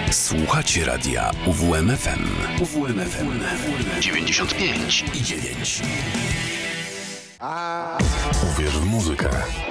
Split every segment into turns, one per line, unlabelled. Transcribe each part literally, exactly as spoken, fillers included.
Słuchacie radia U W M F M. U W M F M dziewięćdziesiąt pięć i dziewięć. Uwierz w muzykę.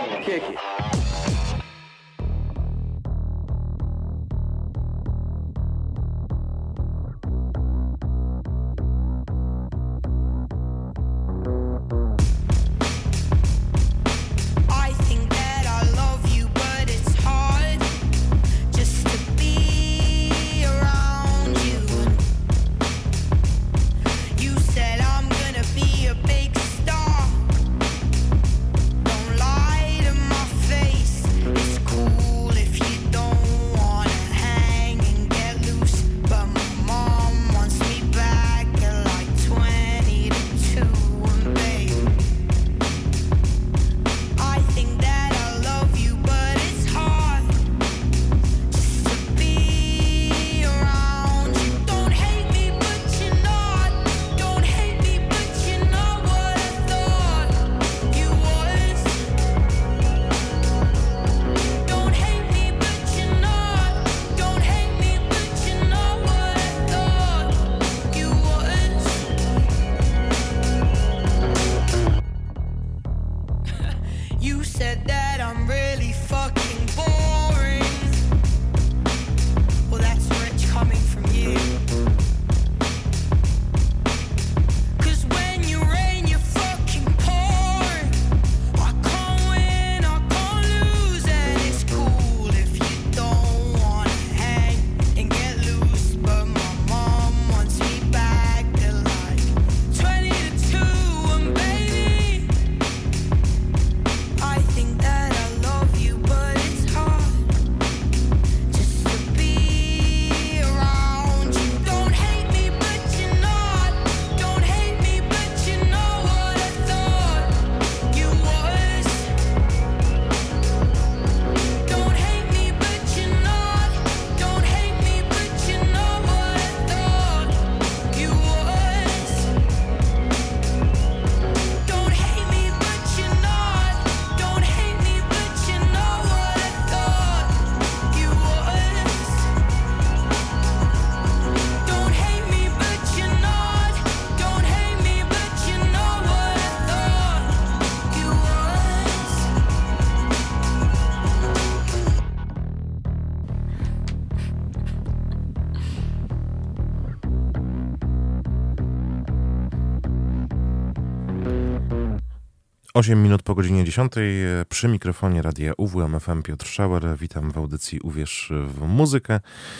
osiem minut po godzinie dziesiątej przy mikrofonie radia U W M F M Piotr Schauer. Witam w audycji Uwierz w muzykę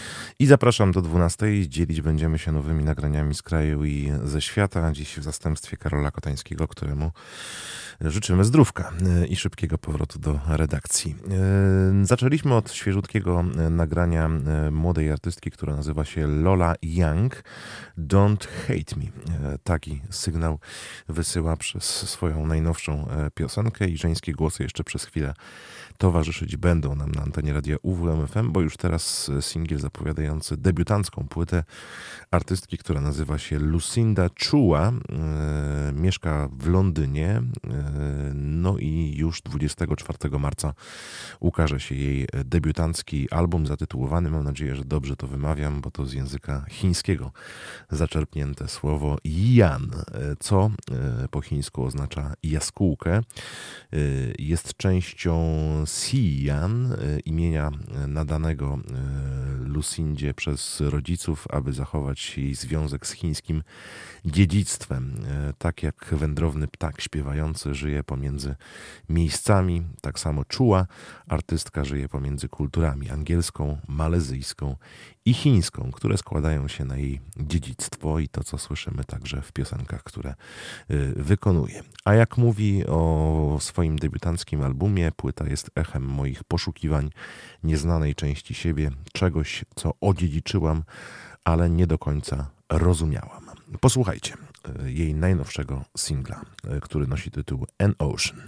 i zapraszam do dwunastej. Dzielić będziemy się nowymi nagraniami z kraju i ze świata. Dziś w zastępstwie Karola Kotańskiego, któremu życzymy zdrówka i szybkiego powrotu do redakcji. Zaczęliśmy od świeżutkiego nagrania młodej artystki, która nazywa się Lola Young. Don't Hate Me. Taki sygnał wysyła przez swoją najnowszą piosenkę i żeńskie głosy jeszcze przez chwilę towarzyszyć będą nam na antenie radia U W M F M, bo już teraz singiel zapowiadający debiutancką płytę artystki, która nazywa się Lucinda Chua. E, mieszka w Londynie, e, no i już dwudziestego czwartego marca ukaże się jej debiutancki album zatytułowany, mam nadzieję, że dobrze to wymawiam, bo to z języka chińskiego zaczerpnięte słowo Yan, co e, po chińsku oznacza jaskółkę. E, jest częścią Xi'an, imienia nadanego Lucindzie przez rodziców, aby zachować jej związek z chińskim dziedzictwem. Tak jak wędrowny ptak śpiewający żyje pomiędzy miejscami, tak samo Chua, artystka, żyje pomiędzy kulturami angielską, malezyjską i chińską, które składają się na jej dziedzictwo i to, co słyszymy także w piosenkach, które wykonuje. A jak mówi o swoim debiutanckim albumie, płyta jest echem moich poszukiwań nieznanej części siebie, czegoś, co odziedziczyłam, ale nie do końca rozumiałam. Posłuchajcie jej najnowszego singla, który nosi tytuł An Ocean.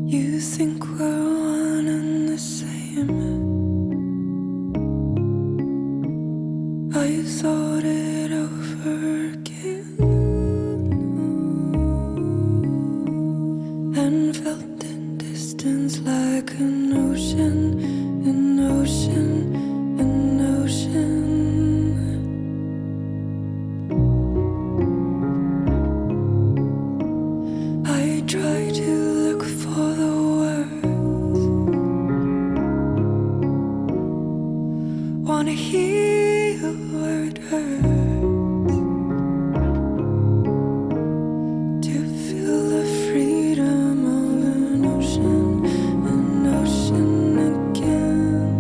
You think we're one and the same. I thought it over again and felt the distance like an ocean, an ocean, an ocean. I try to look for the words, wanna hear where it hurts, to feel the freedom of an ocean, an ocean again.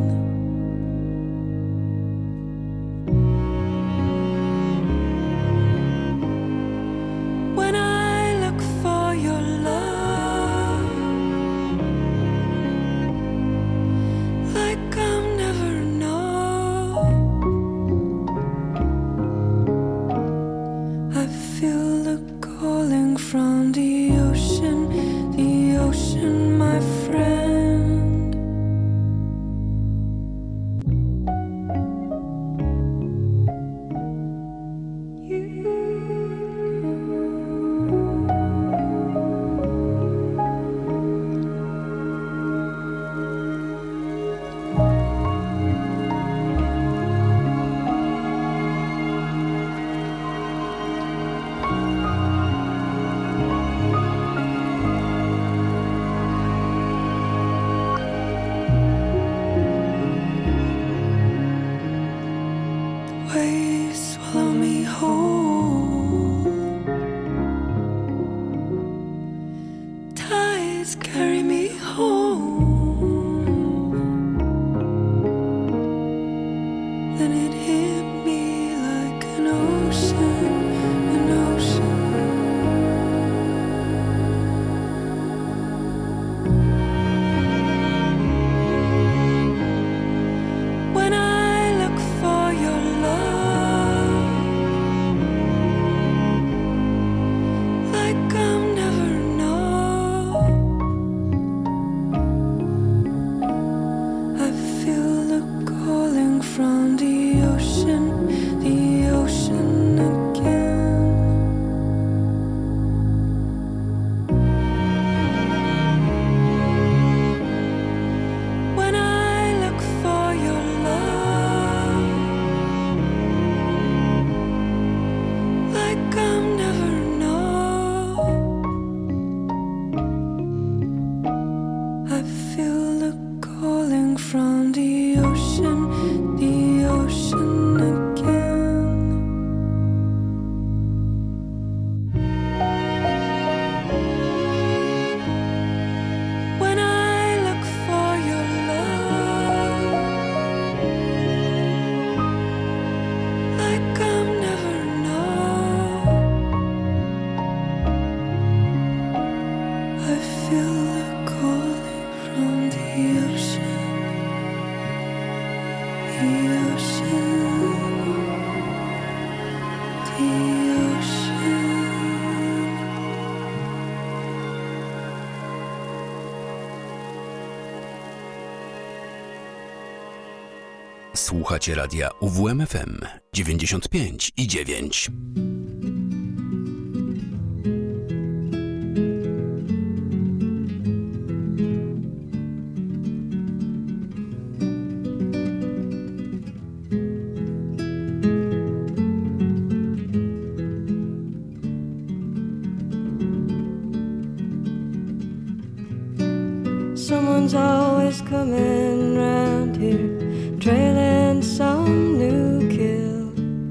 When I look for your love, like I'll never know, I feel the calling from the ocean, the ocean, my friend. Waves swallow me whole, tides carry me home, then it hit me like an ocean, an ocean. When I look for your love, like I'll never know, I feel the calling from the ocean, the ocean again. When I look for your love, like I'll never know, I feel the calling from the ocean, the ocean again. When I look for your love, like I'll never know, I feel the calling from the ocean, the ocean, the ocean.
Słuchacie radia U W M F M dziewięćdziesiąt pięć i dziewięć.
Someone's always coming round here, trailing some new kill.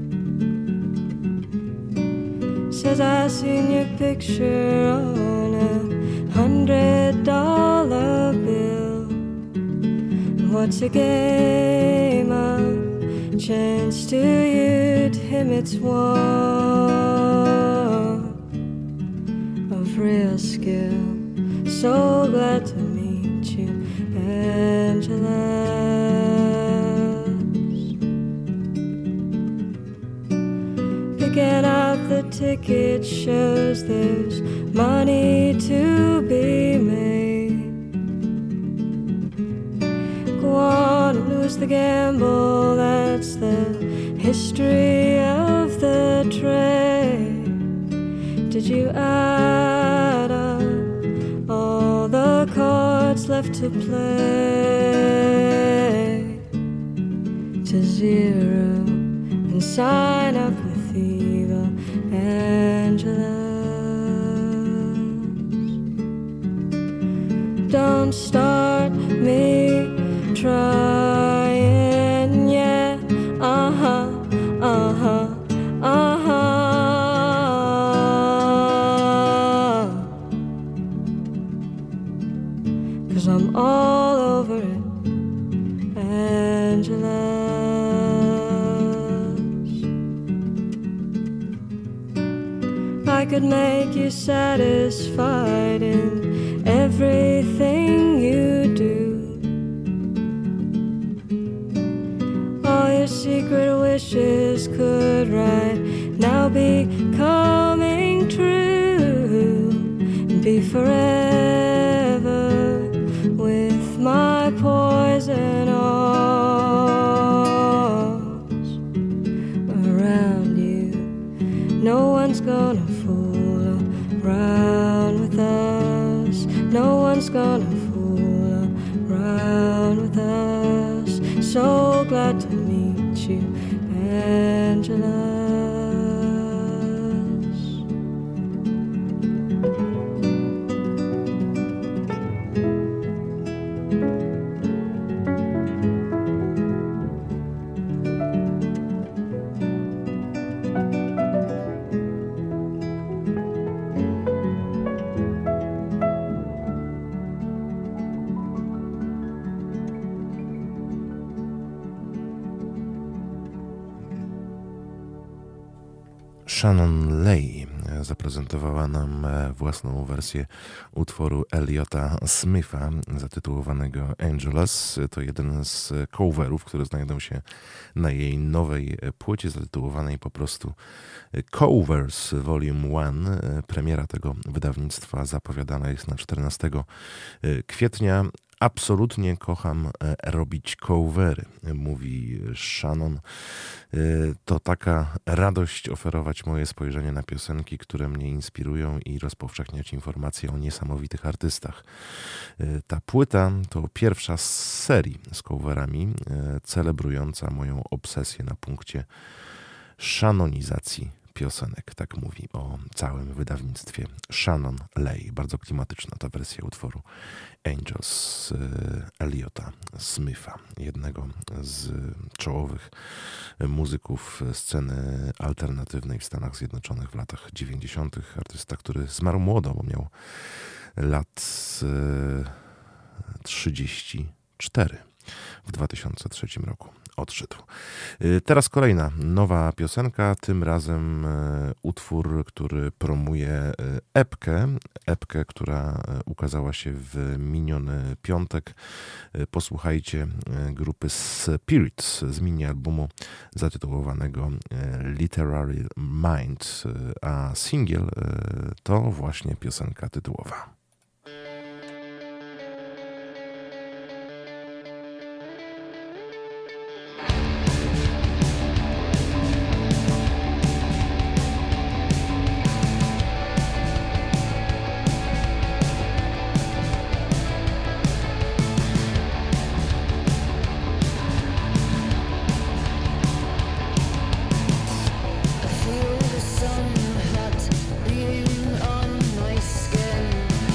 Says I seen your picture on a hundred dollar bill. And what's a game of chance to you? To him it's one of real skill. So glad to meet you, Angela. Picking up the ticket shows there's money to be made. history of the trade. Did you add up all the cards left to play to zero and sign up with Eva Angeles? Don't start me trying yet. Uh-huh, uh-huh, uh-huh. 'Cause I'm all over it, Angela. I could make you satisfied in everything you do. All your secret wishes could right now be coming true, and be forever with my poison arms around you. No one's gonna fool around with us. No one's gonna fool around with us. So glad to meet you, Angela.
Shannon Lay zaprezentowała nam własną wersję utworu Elliota Smitha zatytułowanego Angeles. To jeden z coverów, które znajdą się na jej nowej płycie zatytułowanej po prostu Covers Volume jeden. Premiera tego wydawnictwa zapowiadana jest na czternastego kwietnia. Absolutnie kocham robić covery, mówi Shannon. To taka radość oferować moje spojrzenie na piosenki, które mnie inspirują i rozpowszechniać informacje o niesamowitych artystach. Ta płyta to pierwsza z serii z coverami, celebrująca moją obsesję na punkcie shannonizacji piosenek. Tak mówi o całym wydawnictwie Shannon Lay. Bardzo klimatyczna ta wersja utworu Angels Elliota Smitha, jednego z czołowych muzyków sceny alternatywnej w Stanach Zjednoczonych w latach dziewięćdziesiątych. Artysta, który zmarł młodo, bo miał lat trzydzieści cztery. W dwa tysiące trzecim roku odszedł. Teraz kolejna nowa piosenka, tym razem utwór, który promuje epkę, epkę, która ukazała się w miniony piątek. Posłuchajcie grupy Spirit z mini-albumu zatytułowanego Literary Mind, a singiel to właśnie piosenka tytułowa.
Feel the sun hot beating on my skin.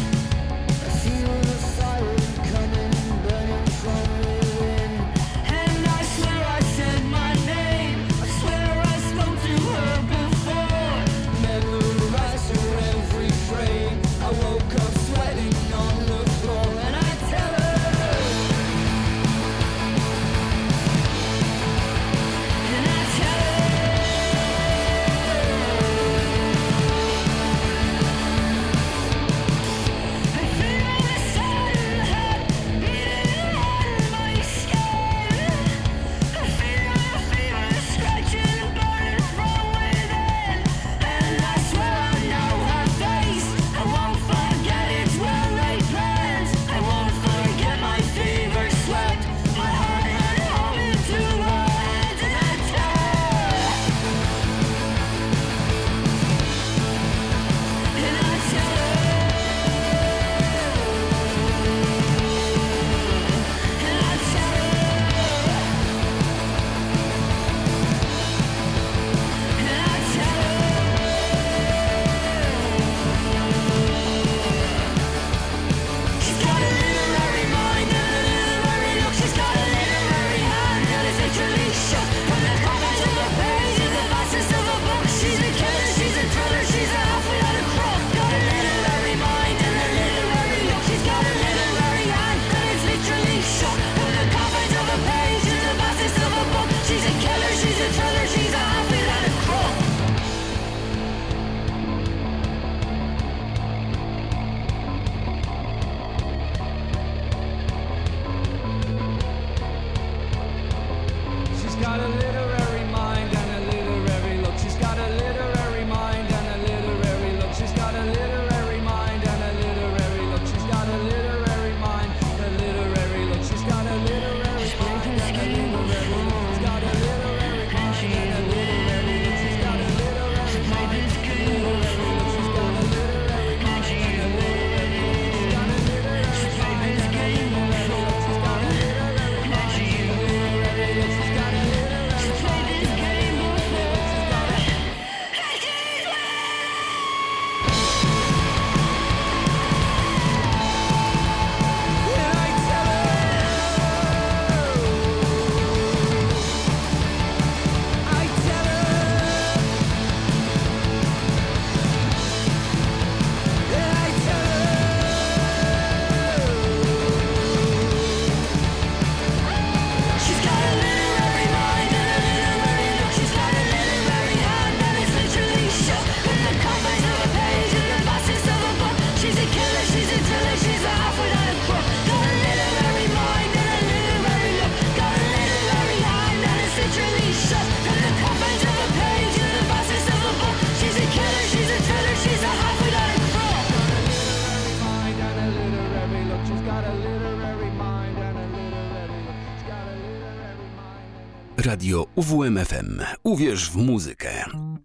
Radio U W M F M. Uwierz w muzykę.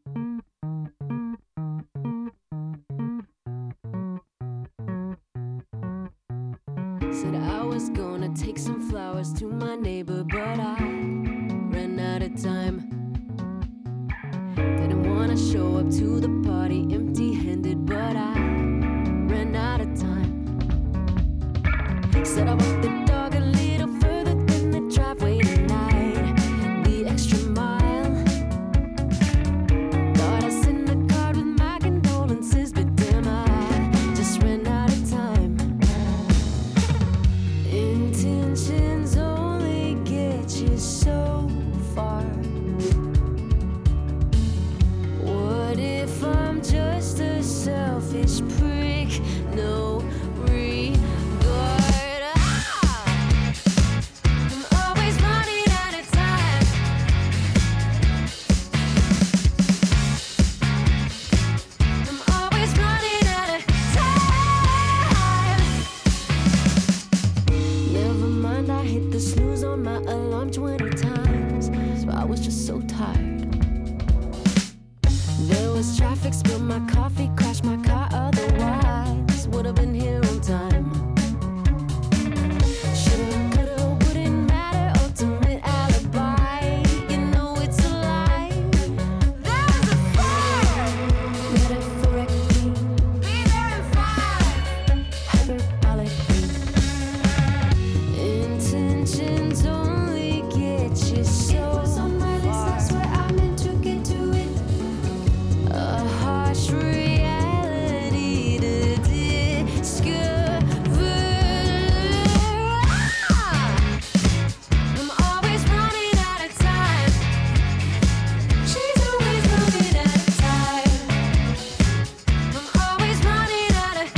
Said I was gonna take some flowers to my neighbor, but I ran out of time. Didn't wanna show up to the party empty-handed, but I ran out of time. Said I walked the dog a little further than the driveway tonight, the extra mile. Thought I sent a card with my condolences, but damn, I just ran out of time. Intentions only get you so far. What if I'm just a selfish prick? No regard. Ah! I'm always running out of time. I'm always running out of time. Never mind, I hit the snooze on my alarm twenty times, so I was just so tired. There was traffic, spilled my coffee, crashed my car, otherwise would have been here on time. Shoulda, coulda, wouldn't matter, ultimate alibi. You know it's a lie. There was a fire, metaphorically. Be there in five, hyperbolically. Intentions only get you so far. It was on my list, I swear I meant to get to it. A harsh reality to discover. Ah! I'm always running out of time. She's always running out of time. I'm always running out of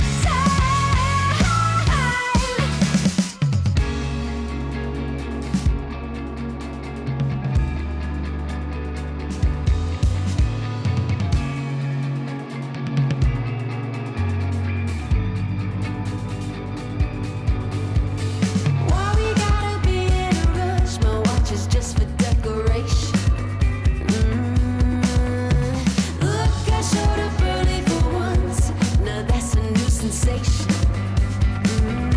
Why we gotta be in a rush? My watch is just for decoration. Mm. Look, I showed up early for once. Now that's a new sensation. Mm.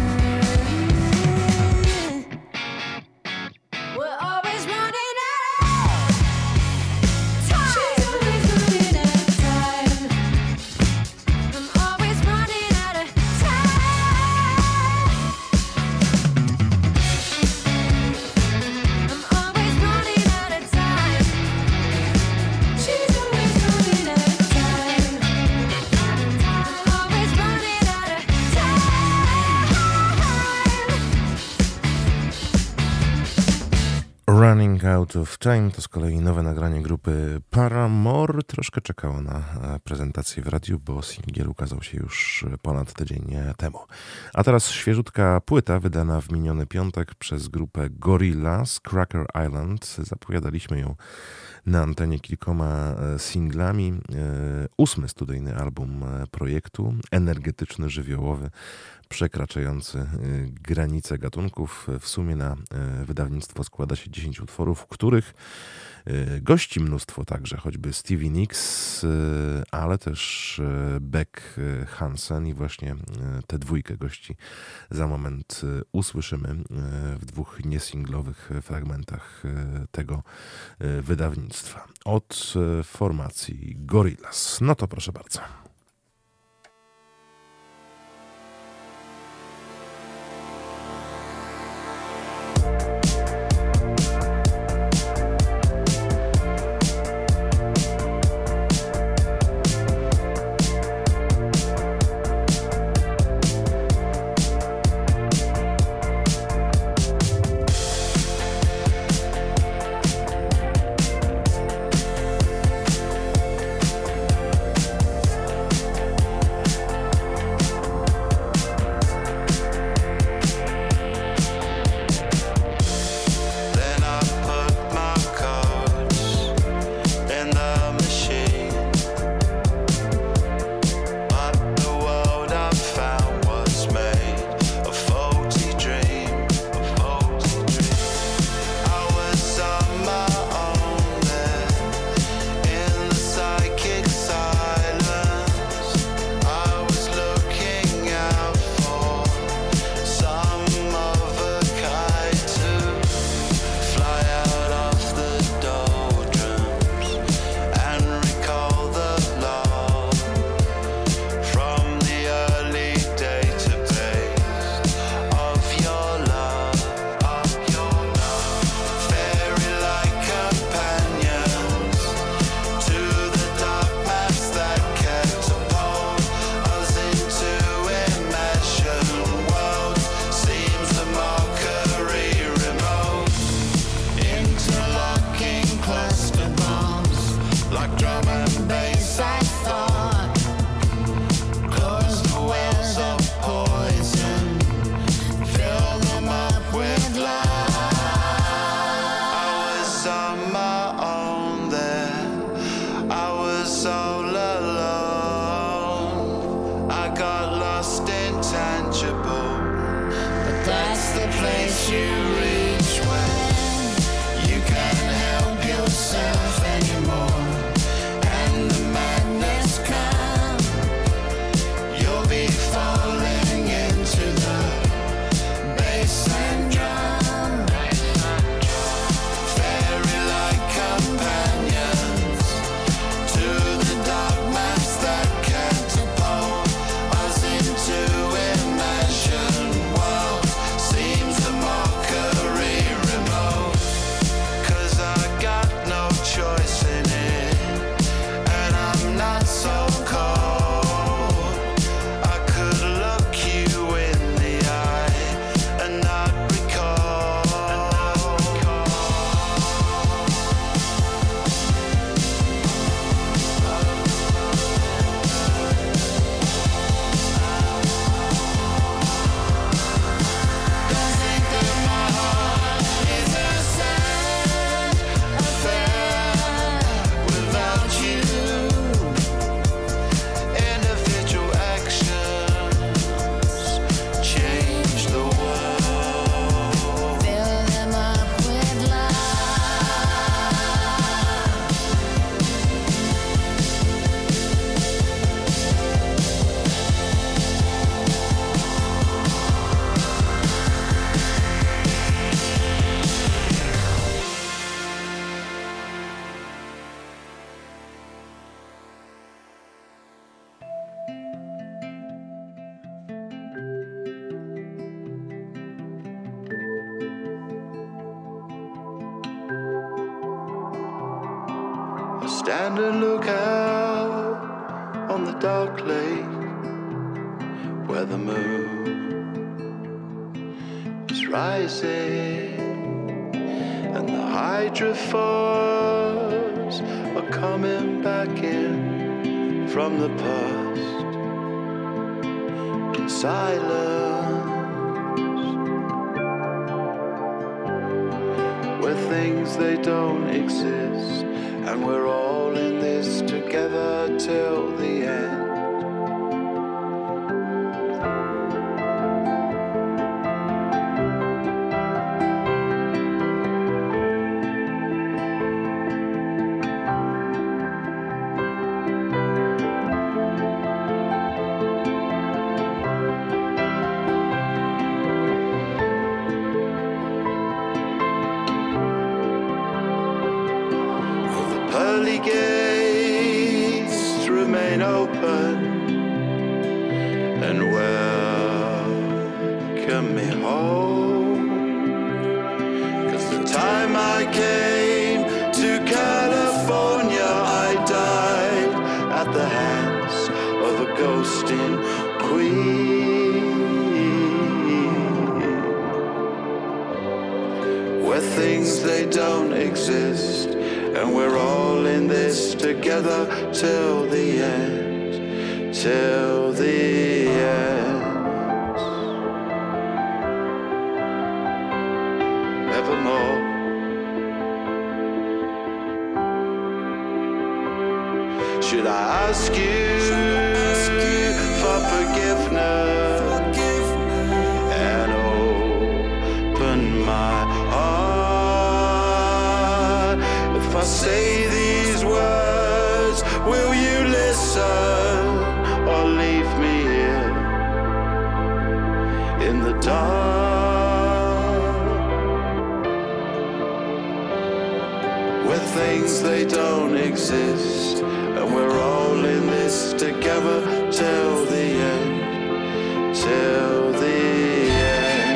We're always running out of time. She's always running out of time. I'm always running out of time. I'm always running out of time. She's always running out of time. Always running out of time.
Running Out of Time to z kolei nowe nagranie grupy Paramore. Troszkę czekało na e, prezentację w radiu, bo singiel ukazał się już ponad tydzień temu. A teraz świeżutka płyta wydana w miniony piątek przez grupę Gorillaz, Cracker Island. Zapowiadaliśmy ją na antenie kilkoma e, singlami. E, ósmy studyjny album e, projektu, energetyczny, żywiołowy, przekraczający e, granice gatunków. W sumie na e, wydawnictwo składa się dziesięć utworów, w których e, gości mnóstwo także, choćby Stevie Nicks, e, ale też e, Beck e, Hansen i właśnie e, tę dwójkę gości za moment e, usłyszymy e, w dwóch niesinglowych fragmentach e, tego e, wydawnictwa. Od e, formacji Gorillaz. No to proszę bardzo.
Thank
you reach when you can't help yourself anymore, and the madness comes, you'll be falling into the bass and drum, fairy-like companions to the dark mass that catapult us into imagined worlds. Seems the mockery remote, 'cause I got no choice in it, and I'm not so cold. I could look you in the eye and not recall. Don't think that my heart is a sad affair without you. Individual actions change the world.
Fill them up with love.
I stand and look out on the dark lake where the moon is rising and the hydrophores are coming back in from the past in silence, where things they don't exist, and we're all in this together till the end. Will the pearly gates remain open and welcome me home? 'Cause the time I came to California, I died at the hands of a ghosting queen, where things they don't exist, and we're all in this together till the end, till the end. Evermore. Should I ask you for forgiveness and open my heart? If I say these words, will you listen or leave me here in the dark, where things they don't exist, and we're all in this together till the end, till the end.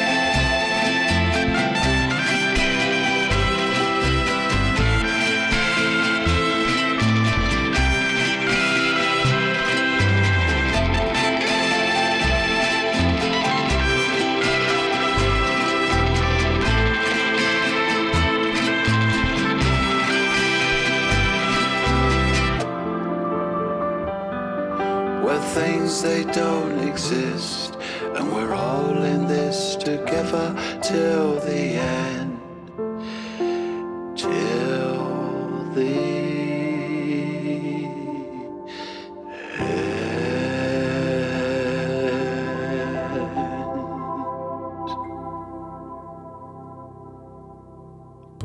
Where things they don't exist, and we're all in this together till the end, till the end.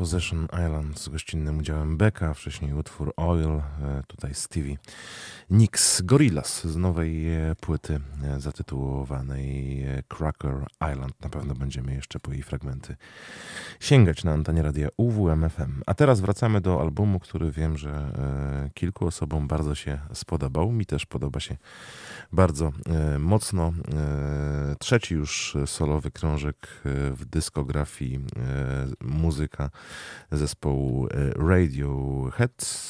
Possession Island z gościnnym udziałem Becka, wcześniej utwór Oil, tutaj Stevie Nicks. Gorillaz z nowej płyty zatytułowanej Cracker Island. Na pewno będziemy jeszcze po jej fragmenty sięgać na antenie radia U W M F M. A teraz wracamy do albumu, który wiem, że kilku osobom bardzo się spodobał. Mi też podoba się bardzo mocno. Trzeci już solowy krążek w dyskografii muzyka zespołu Radiohead,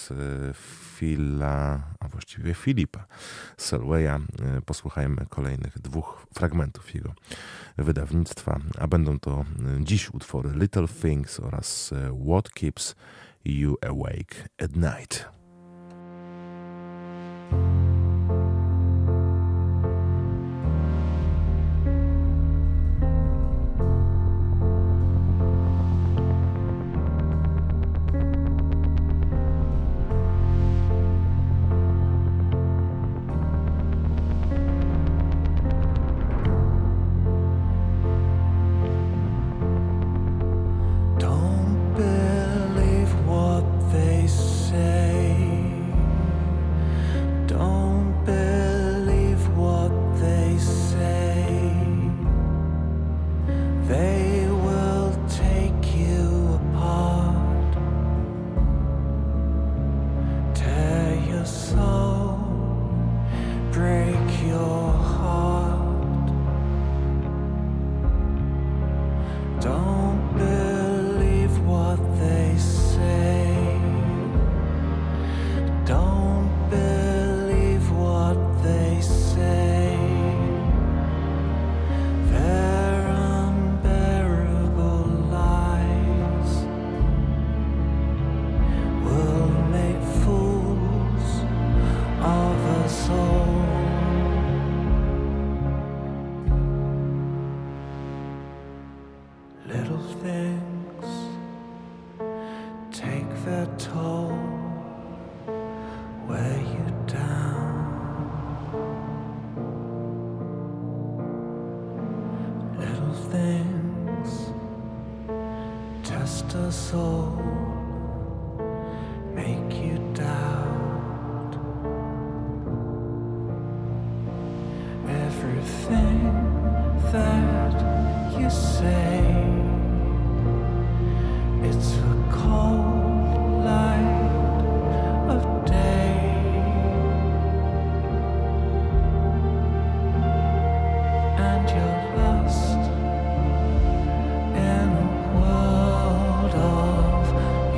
Phila, a właściwie Filipa Selwaya. Posłuchajmy kolejnych dwóch fragmentów jego wydawnictwa, a będą to dziś utwory Little Things oraz What Keeps You Awake at Night.
In a world of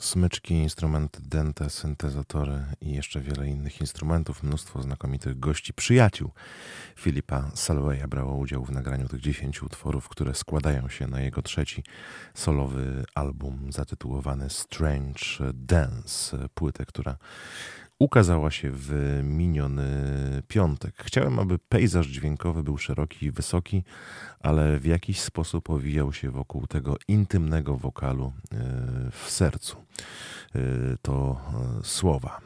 Smyczki, instrumenty dęte, syntezatory i jeszcze wiele innych instrumentów. Mnóstwo znakomitych gości, przyjaciół Philipa Salwaya brało udział w nagraniu tych dziesięciu utworów, które składają się na jego trzeci solowy album zatytułowany Strange Dance. Płytę, która ukazała się w miniony piątek. Chciałem, aby pejzaż dźwiękowy był szeroki i wysoki, ale w jakiś sposób owijał się wokół tego intymnego wokalu w sercu. To słowa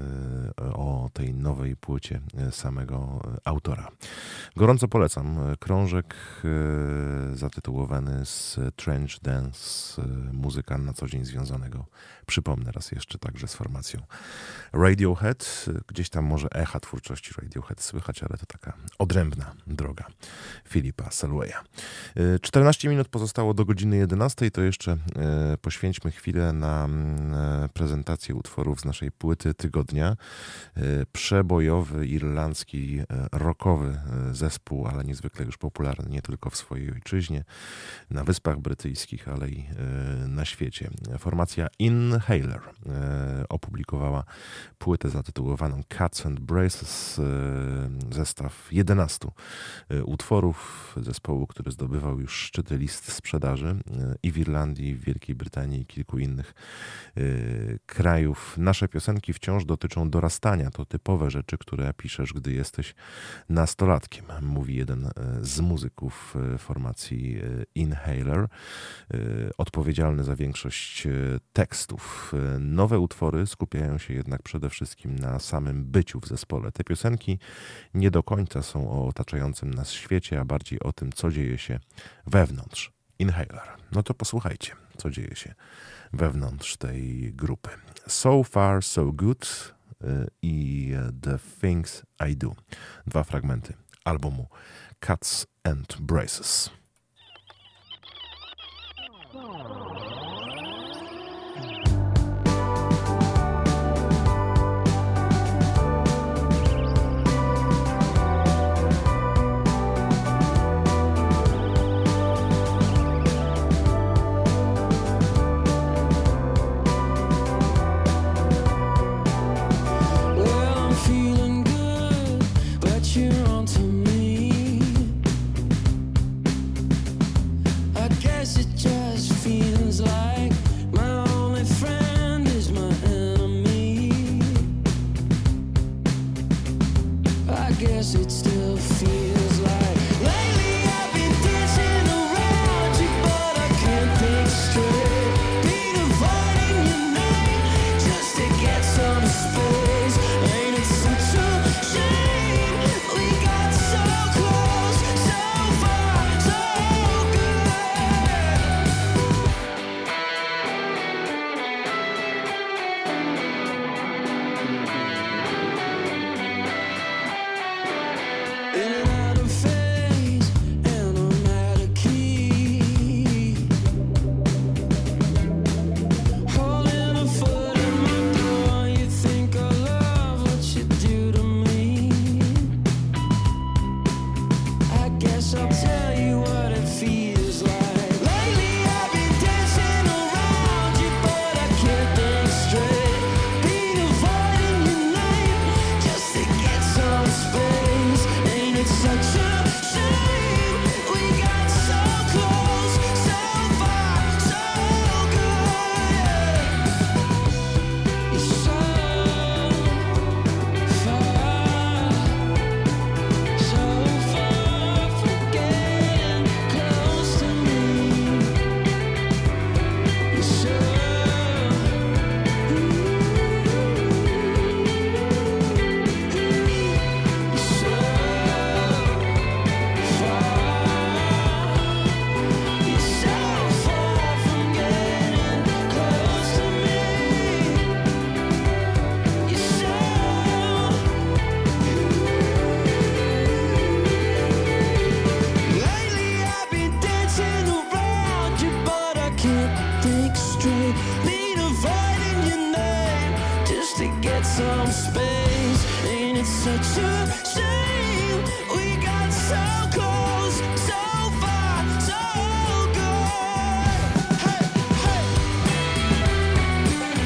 o tej nowej płycie samego autora. Gorąco polecam krążek zatytułowany Strange Dance, muzyka na co dzień związanego, przypomnę raz jeszcze, także z formacją Radiohead. Gdzieś tam może echa twórczości Radiohead słychać, ale to taka odrębna droga Philipa Salwaya. czternaście minut pozostało do godziny jedenastej, to jeszcze poświęćmy chwilę na prezentację utworów z naszej płyty tygodnia. Przebojowy, irlandzki, rockowy zespół, ale niezwykle już popularny nie tylko w swojej ojczyźnie, na Wyspach Brytyjskich, ale i na świecie. Formacja Inhaler opublikowała płytę zatytułowaną Cuts and Braces, zestaw jedenastu utworów zespołu, który zdobywał już szczyty list sprzedaży i w Irlandii, i w Wielkiej Brytanii i kilku innych krajów. Nasze piosenki wciąż dotyczą dorastania. To typowe rzeczy, które piszesz, gdy jesteś nastolatkiem, mówi jeden z muzyków formacji Inhaler, odpowiedzialny za większość tekstów. Nowe utwory skupiają się jednak przede wszystkim na samym byciu w zespole. Te piosenki nie do końca są o otaczającym nas świecie, a bardziej o tym, co dzieje się wewnątrz. Inhaler. No to posłuchajcie, co dzieje się wewnątrz tej grupy. So Far So Good i The Things I Do. Dwa fragmenty albumu Cuts and Braces.
So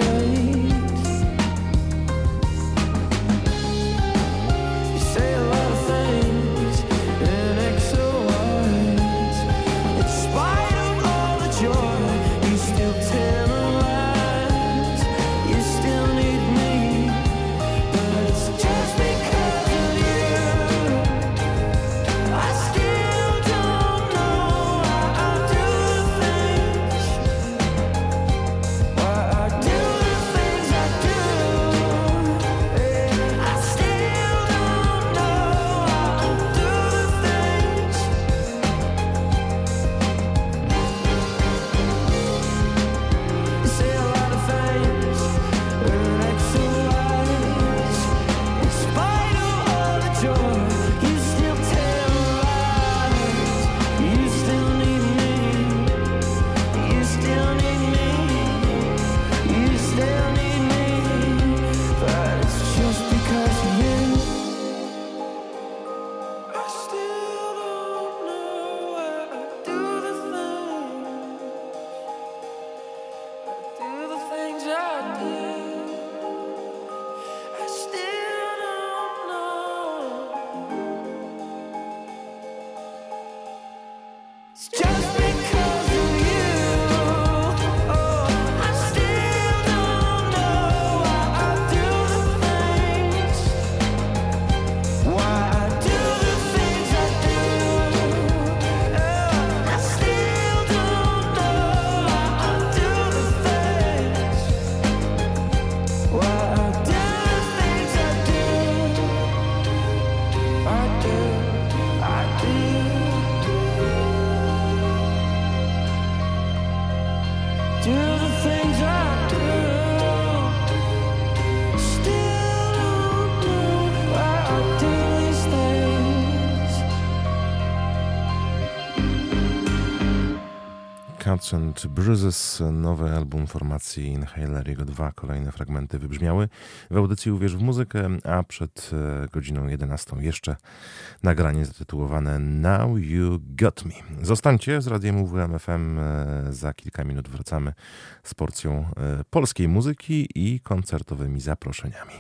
Cuts and Bruises, nowy album formacji Inhaler, jego dwa kolejne fragmenty wybrzmiały w audycji Uwierz w muzykę, a przed godziną jedenastą jeszcze nagranie zatytułowane Now You Got Me. Zostańcie z Radiem U W M F M, za kilka minut wracamy z porcją polskiej muzyki i koncertowymi zaproszeniami.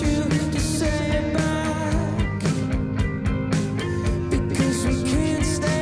Can't stay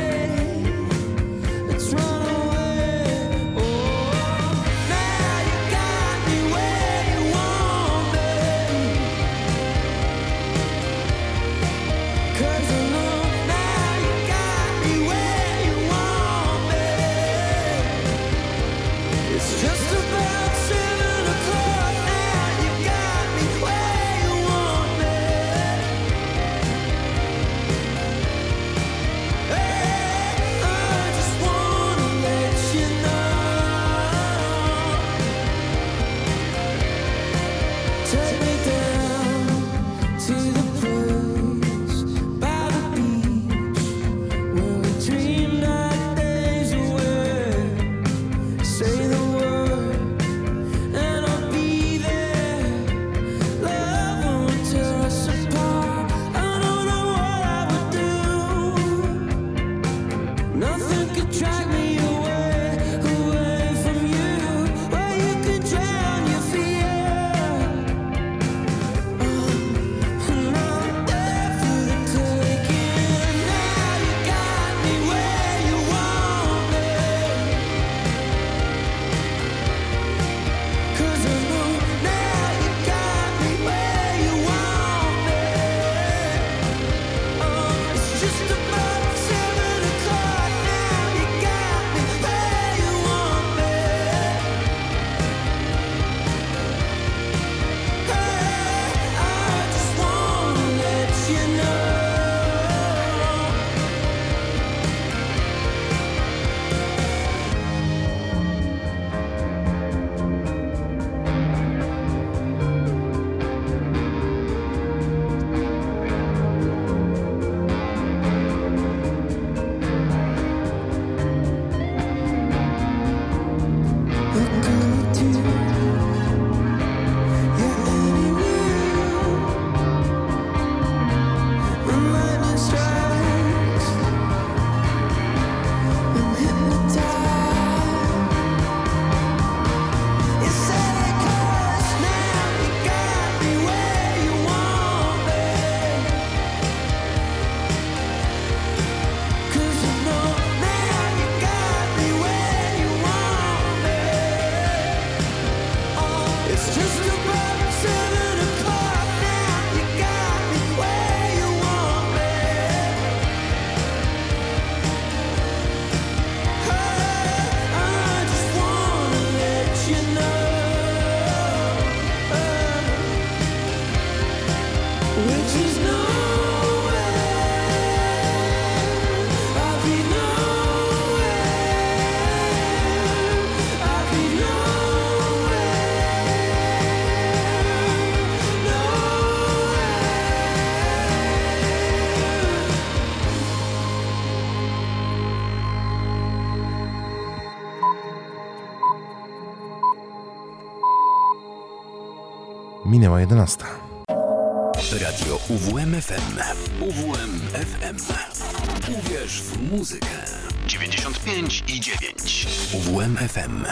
Minęła jedenasta.
Radio U W M F M. U W M F M. Uwierz w muzykę. dziewięćdziesiąt pięć i dziewięć. U W M F M.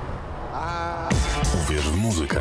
Uwierz w muzykę.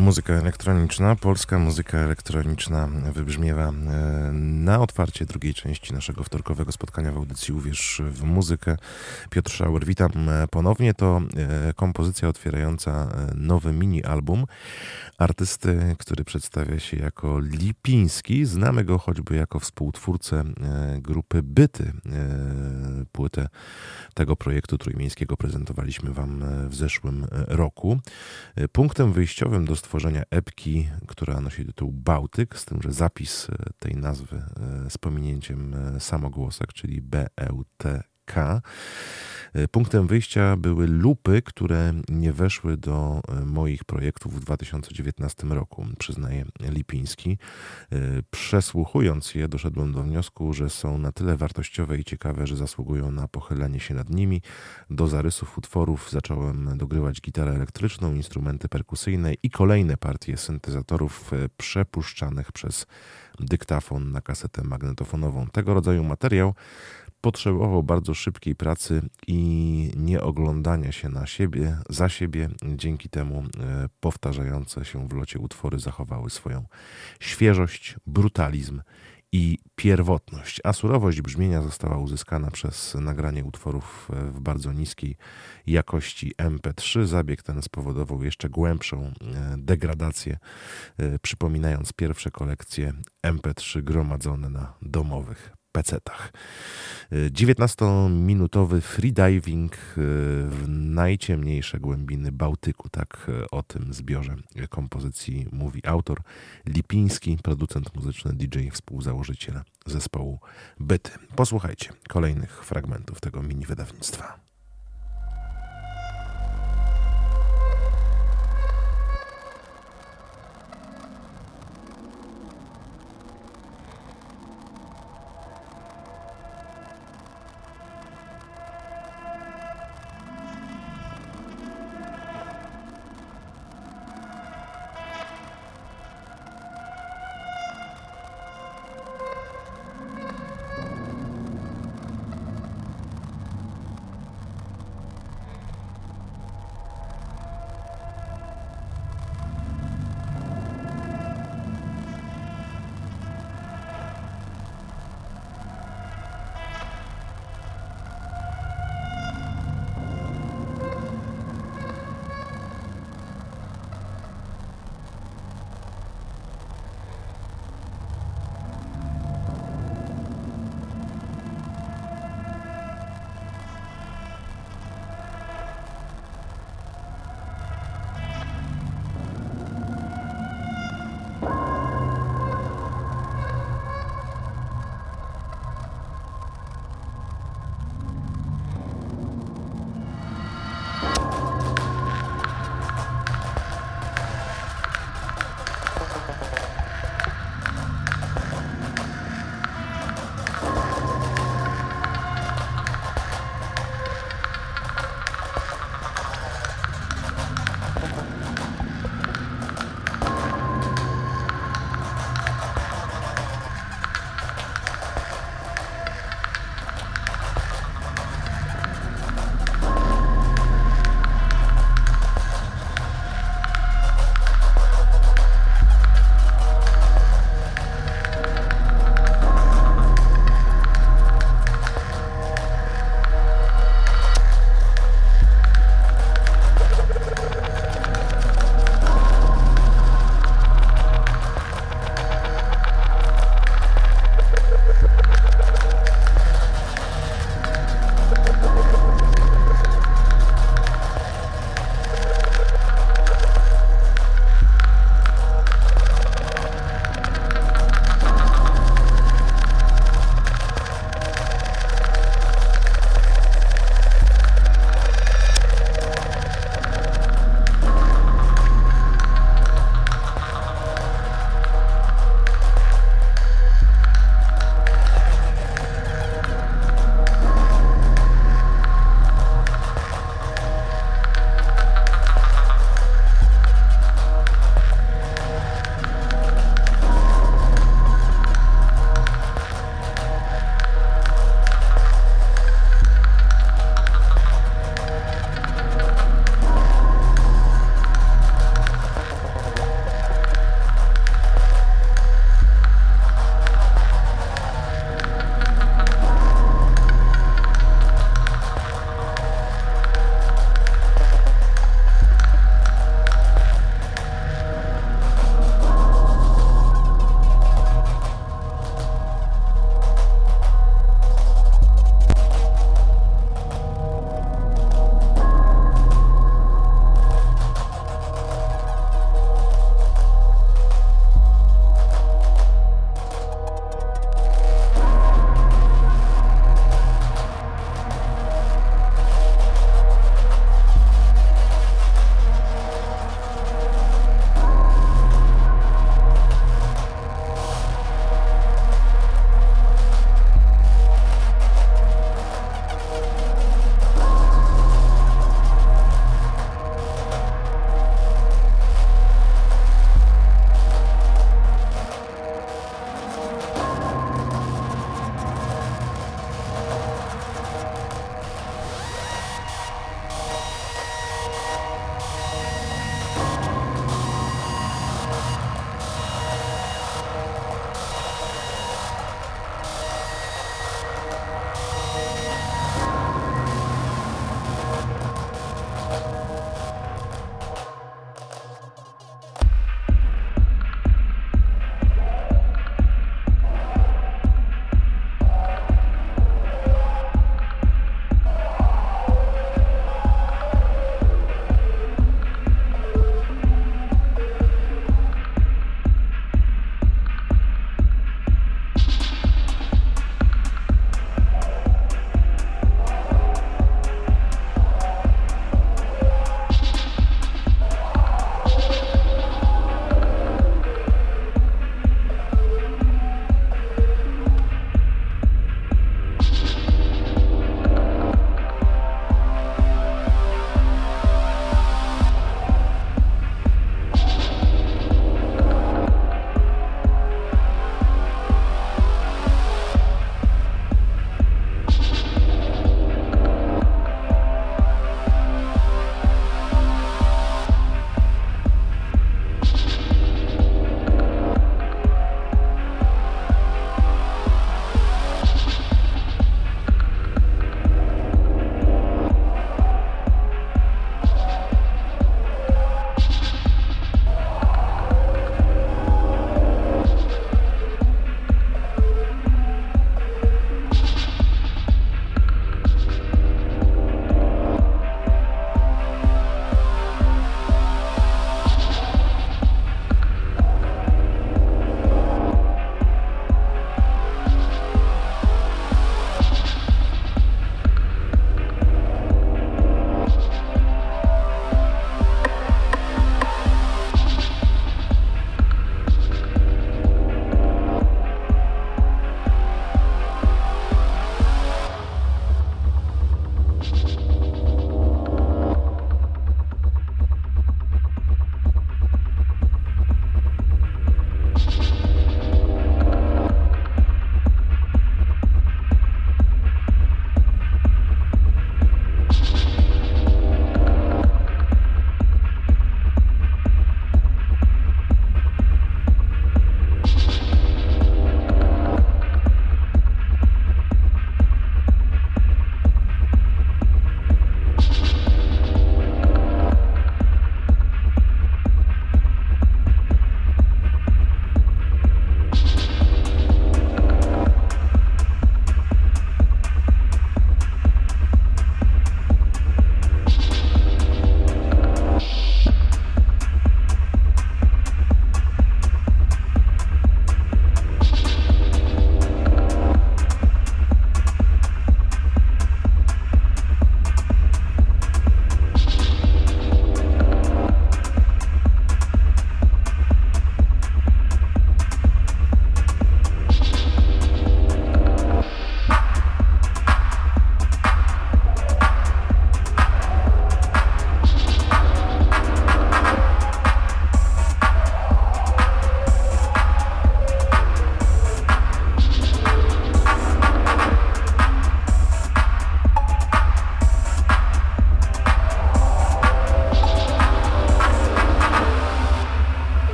Muzyka elektroniczna, polska muzyka elektroniczna wybrzmiewa na otwarcie drugiej części naszego wtorkowego spotkania w audycji Uwierz w muzykę. Piotr Schauer, witam ponownie. To kompozycja otwierająca nowy mini-album artysty, który przedstawia się jako Lipiński. Znamy go choćby jako współtwórcę grupy Byty. Płytę tego projektu trójmiejskiego prezentowaliśmy Wam w zeszłym roku. Punktem wyjściowym do stworzenia epki, która nosi tytuł Bałtyk, z tym, że zapis tej nazwy z pominięciem samogłosek, czyli B E T K. Punktem wyjścia były lupy, które nie weszły do moich projektów w dwa tysiące dziewiętnastym roku, przyznaje Lipiński. Przesłuchując je, doszedłem do wniosku, że są na tyle wartościowe i ciekawe, że zasługują na pochylenie się nad nimi. Do zarysów utworów zacząłem dogrywać gitarę elektryczną, instrumenty perkusyjne i kolejne partie syntezatorów przepuszczanych przez dyktafon na kasetę magnetofonową. Tego rodzaju materiał potrzebował bardzo szybkiej pracy i nie oglądania się na siebie, za siebie. Dzięki temu powtarzające się w locie utwory zachowały swoją świeżość, brutalizm i pierwotność, a surowość brzmienia została uzyskana przez nagranie utworów w bardzo niskiej jakości M P trzy. Zabieg ten spowodował jeszcze głębszą degradację, przypominając pierwsze kolekcje M P trzy gromadzone na domowych pecetach. dziewiętnastominutowy freediving w najciemniejsze głębiny Bałtyku. Tak o tym zbiorze kompozycji mówi autor Lipiński, producent muzyczny, D J, współzałożyciel zespołu Byty. Posłuchajcie kolejnych fragmentów tego mini wydawnictwa.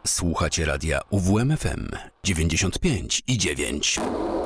Słuchacie radia U W M F M dziewięćdziesiąt pięć i dziewięć.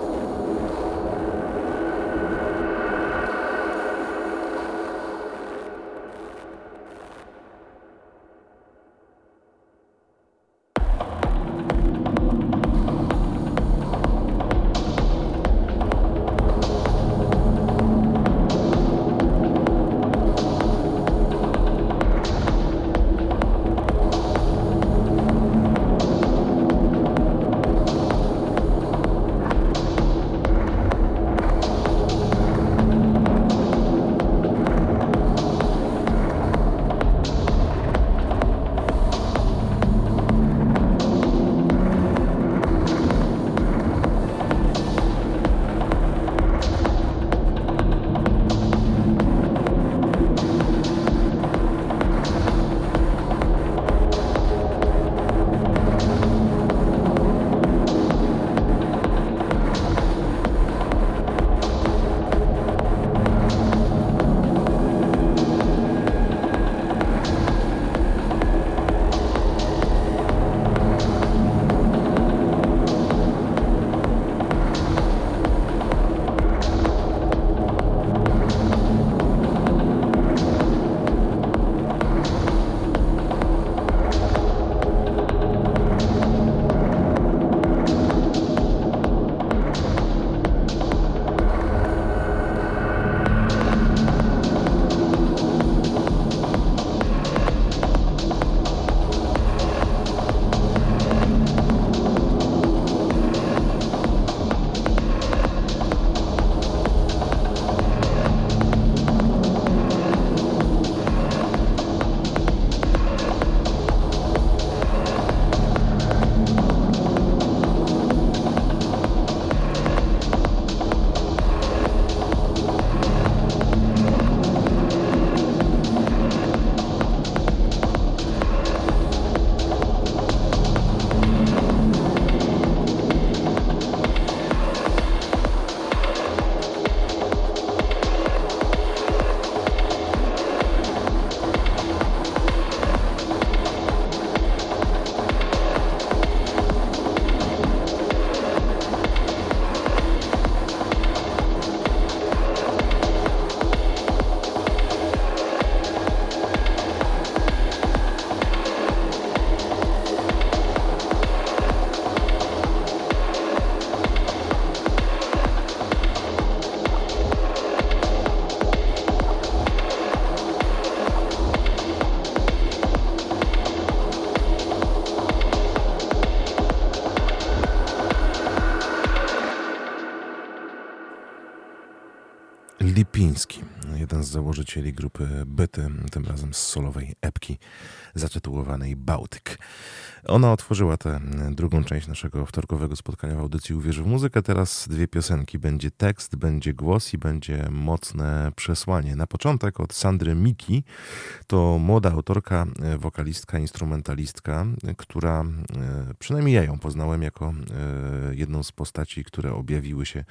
Lipiński, jeden z założycieli grupy Byty, tym razem z solowej epki zatytułowanej Bałtyk. Ona otworzyła tę drugą część naszego wtorkowego spotkania w audycji Uwierz w muzykę. Teraz dwie piosenki. Będzie tekst, będzie głos i będzie mocne przesłanie. Na początek od Sandry Miki. To młoda autorka, wokalistka, instrumentalistka, która, przynajmniej ja ją poznałem jako jedną z postaci, które objawiły się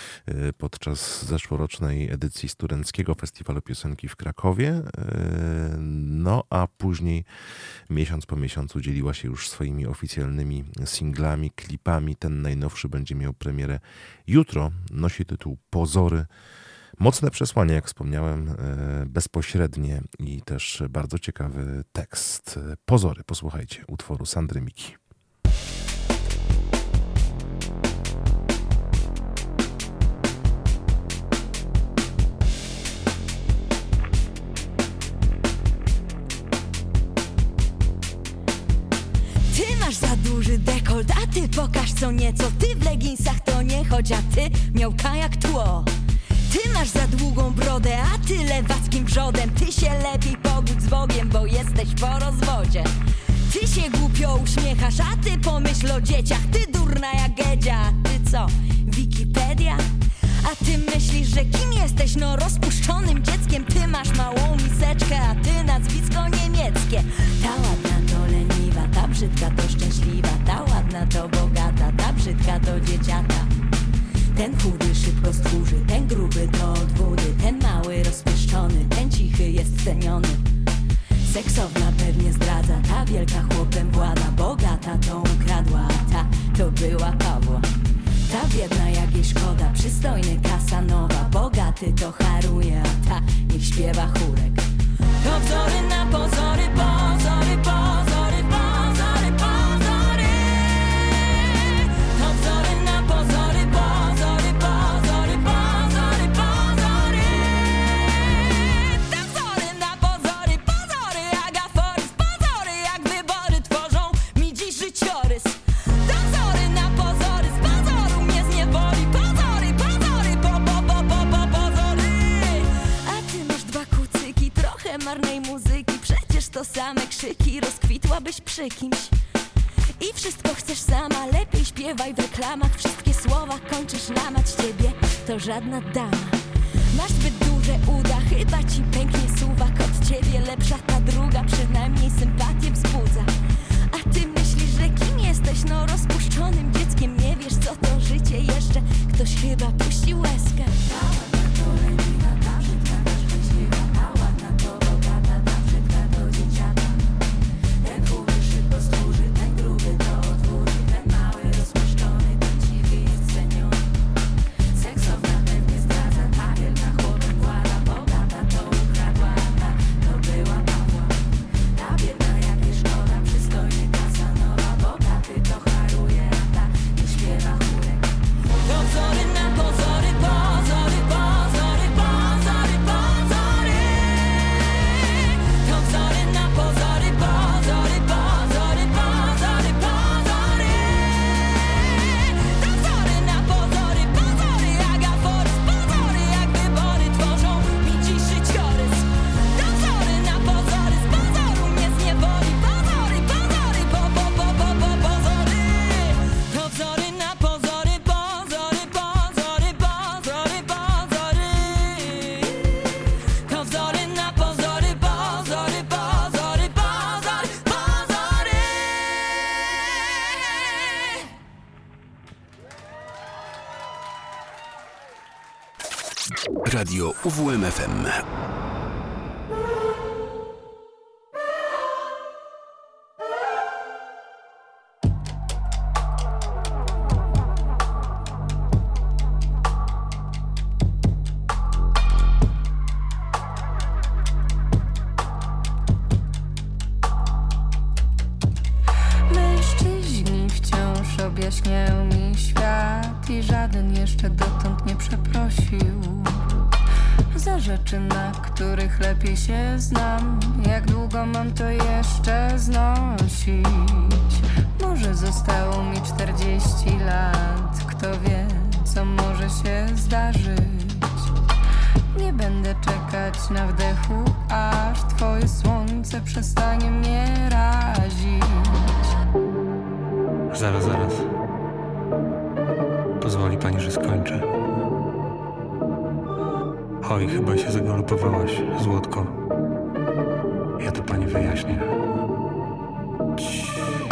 podczas zeszłorocznej edycji Studenckiego Festiwalu Piosenki w Krakowie. No a później miesiąc po miesiącu dzieliła się już swoimi oficjalnymi singlami, klipami. Ten najnowszy będzie miał premierę jutro. Nosi tytuł Pozory. Mocne przesłanie, jak wspomniałem, bezpośrednie i też bardzo ciekawy tekst. Pozory, posłuchajcie utworu Sandry Miki.
Masz za duży dekolt, a ty pokaż co nieco. Ty w leginsach to nie chodź, a ty miałka jak tło. Ty masz za długą brodę, a ty lewackim przodem. Ty się lepiej pogódź z Bogiem, bo jesteś po rozwodzie. Ty się głupio uśmiechasz, a ty pomyśl o dzieciach. Ty durna jak Gedzia, ty co, Wikipedia? A ty myślisz, że kim jesteś? No rozpuszczonym dzieckiem. Ty masz małą miseczkę, a ty nazwisko niemieckie. Ta ładna to leniwa, ta brzydka to szczęśliwa. Ta ładna to bogata, ta brzydka to dzieciata. Ten chudy szybko stchórzy, ten gruby to od wody. Ten mały rozpieszczony, ten cichy jest ceniony. Seksowna pewnie zdradza, ta wielka chłopem włada. Bogata tą ukradła, a ta to była Pawła. Ta biedna jak jej szkoda, przystojny Kasanowa. Bogaty to haruje, a ta niech śpiewa chórek. To wzory na pozory, pozory, pozory, pozory, pozory. To wzory na pozory, pozory, pozory, pozory, pozory. To wzory na pozory, pozory, jak aforyzm. Pozory jak wybory tworzą mi dziś życiorys. To wzory na pozory, z pozoru mnie zniewoli. Pozory, pozory, po, po, po, po, po, pozory. A ty masz dwa kucyki, trochę marnej muzyki. Przecież to same krzyki, rozkwitłabyś przy kimś. I wszystko chcesz sama, lepiej śpiewaj w reklamach. Wszystkie słowa kończysz na mać, ciebie to żadna dama. Masz zbyt duże uda, chyba ci pęknie suwak. Od ciebie lepsza ta druga, przynajmniej sympatię wzbudza. A ty myślisz, że kim jesteś? No rozpuszczonym dzieckiem, nie wiesz co to życie jeszcze. Ktoś chyba puścił łezkę.
Radio U W M F M.
Mężczyźni wciąż objaśniają mi świat i żaden jeszcze dotąd nie przeprosił za rzeczy, na których lepiej się znam. Jak długo mam to jeszcze znosić? Może zostało mi czterdzieści lat. Kto wie, co może się zdarzyć? Nie będę czekać na wdechu, aż twoje słońce przestanie mnie razić.
Zaraz, zaraz. Pozwoli pani, że skończę. Oj, chyba się zagalopowałaś, złotko. Ja to pani wyjaśnię. Cii.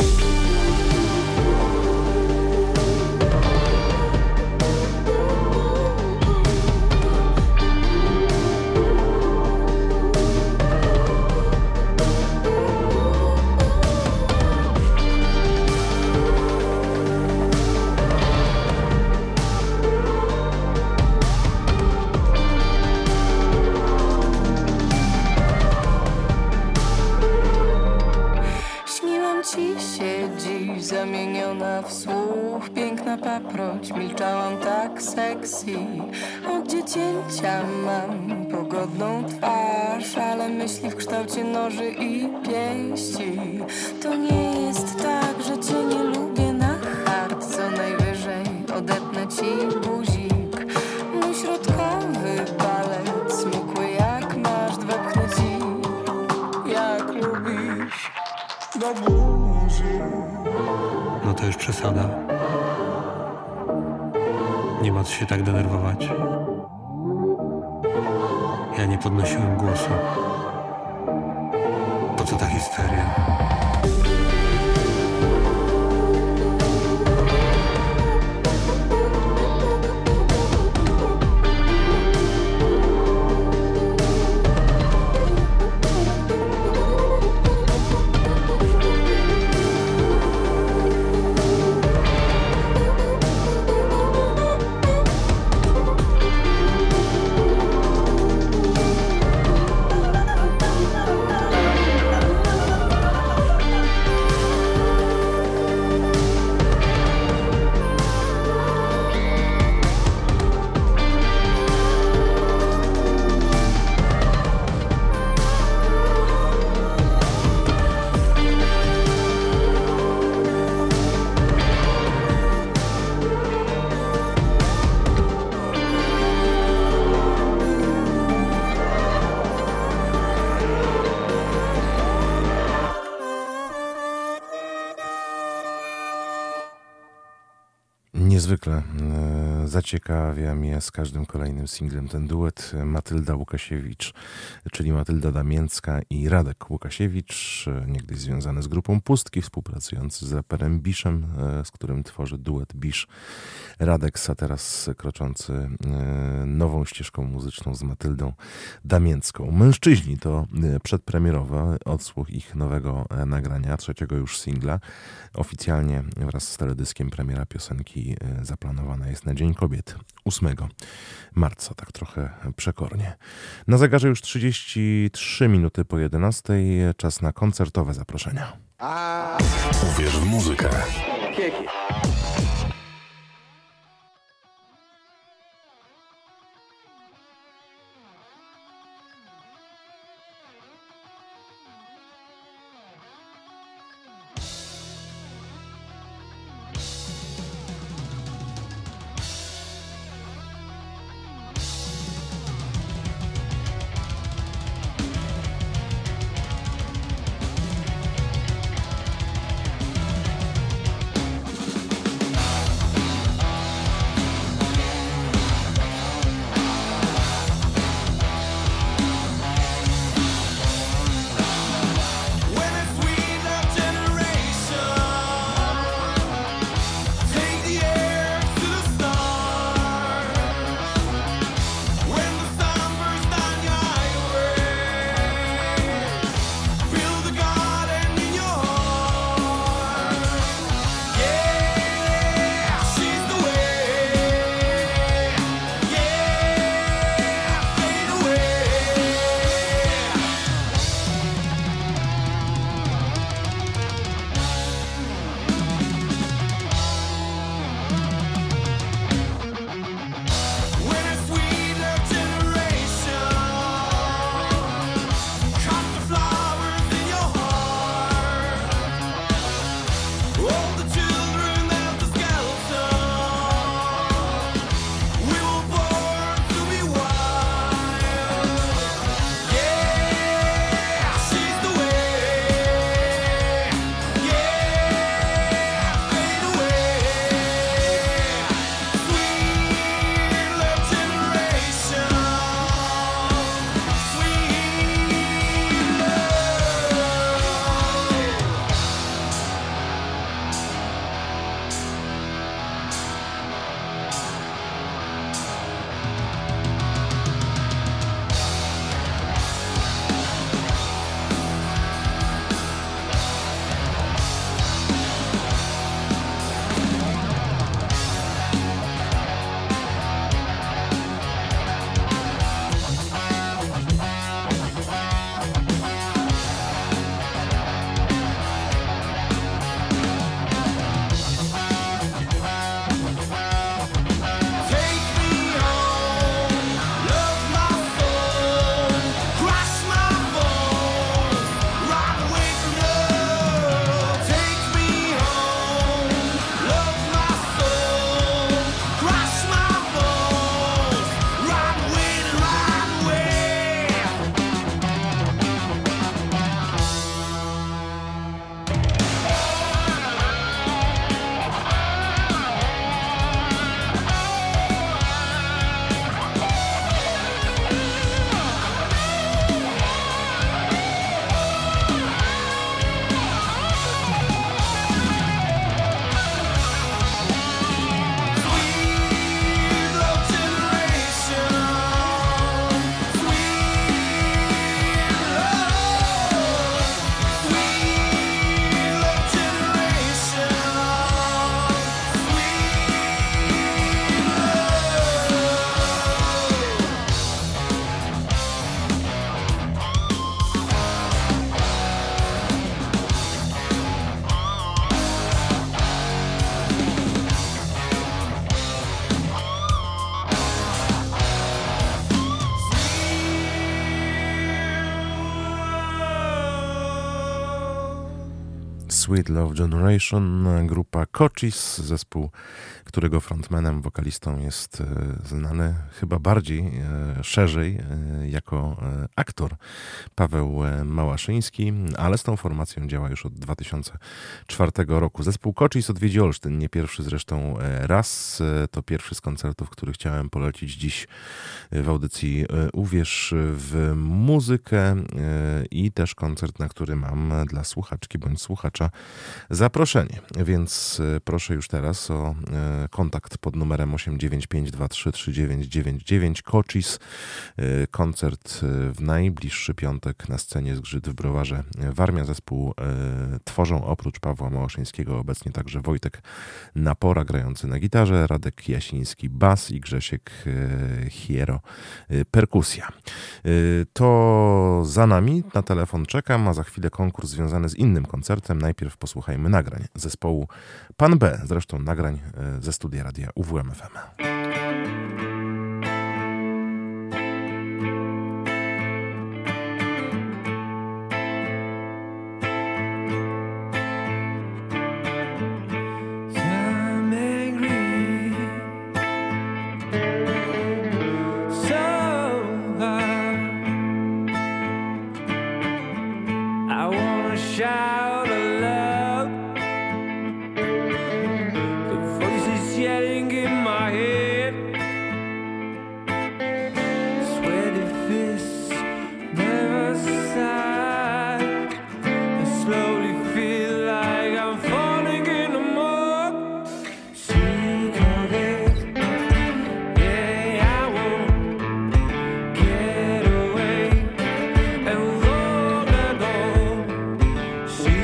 Zamieniona w słuch, piękna paproć. Milczałam tak sexy. Od dziecięcia mam pogodną twarz, ale myśli w kształcie noży i pięści. To nie jest tak, że cię nie lubię na hart. Co najwyżej odetnę ci guzik. Mój środkowy palec smukły jak masz. Wepchnę ci jak lubisz do buzi.
No to już przesada. Nie ma co się tak denerwować. Ja nie podnosiłem głosu. Po co ta histeria?
Niezwykle e, zaciekawia mnie z każdym kolejnym singlem ten duet. Matylda Łukasiewicz, czyli Matylda Damięcka i Radek Łukasiewicz, e, niegdyś związany z grupą Pustki, współpracujący z raperem Biszem, e, z którym tworzy duet Bisz Radeks, a teraz kroczący e, nową ścieżką muzyczną z Matyldą Damięcką. Mężczyźni to e, przedpremierowy odsłuch ich nowego e, nagrania, trzeciego już singla. Oficjalnie wraz z teledyskiem premiera piosenki zaplanowana jest na Dzień Kobiet ósmego marca, tak trochę przekornie. Na zegarze już trzydzieści trzy minuty po jedenastej, czas na koncertowe zaproszenia.
Uwierz w muzykę.
Sweet Love Generation, grupa Cochise, zespół, którego frontmanem, wokalistą jest znany chyba bardziej, szerzej jako aktor Paweł Małaszyński, ale z tą formacją działa już od dwa tysiące czwartego roku. Zespół Cochise odwiedzi Olsztyn, nie pierwszy zresztą raz. To pierwszy z koncertów, który chciałem polecić dziś w audycji Uwierz w muzykę i też koncert, na który mam dla słuchaczki bądź słuchacza zaproszenie, więc proszę już teraz o kontakt pod numerem osiem dziewięć pięć dwa trzy trzy dziewięć dziewięć dziewięć. Cochise, koncert w najbliższy piątek na scenie Zgrzyt w Browarze Warmia. Zespół tworzą oprócz Pawła Małaszyńskiego obecnie także Wojtek Napora grający na gitarze, Radek Jasiński bas i Grzesiek Hiero perkusja. To za nami, na telefon czekam, a za chwilę konkurs związany z innym koncertem. Najpierw posłuchajmy nagrań zespołu Pan B, zresztą nagrań ze studia radia U W M F M.
Shout aloud, the voices yelling in my head, sweaty fists never sigh. I slowly feel like I'm falling in the mud. Sick of it, yeah, I won't get away and roll and roll. See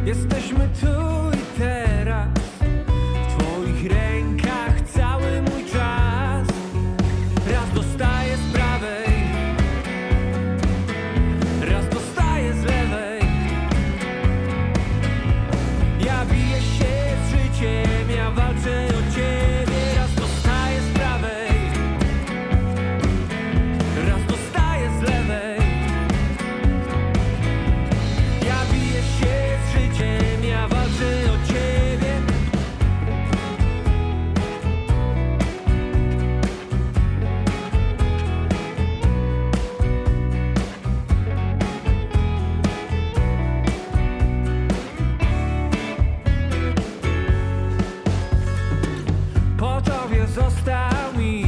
Jesteśmy tu i teraz, w twoich rękach cały mój czas. Raz dostaję z prawej, raz dostaję z lewej. Ja biję się z życiem, ja walczę o ciebie. Raz dostaję z prawej, raz dostaję z lewej. Ja biję się z życiem, ja walczę o ciebie. Po tobie został mi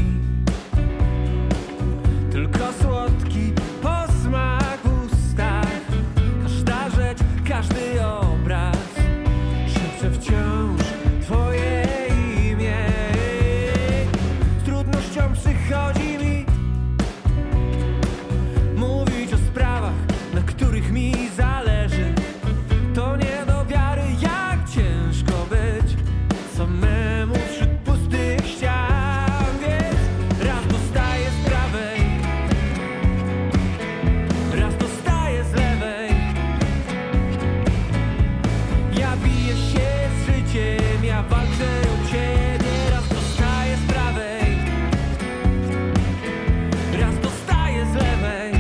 tylko słodki posmak w ustach. Każda rzecz, każdy obraz szepcze wciąż twoje imię. Z trudnością przychodzi mi mówić o sprawach, na których mi zależy. To nie do wiary, jak ciężko być samemu wśród pustych ścian. Więc raz dostaję z prawej, raz dostaję z lewej. Ja biję się z życiem, ja walczę o ciebie. Raz dostaję z prawej, raz dostaję z lewej.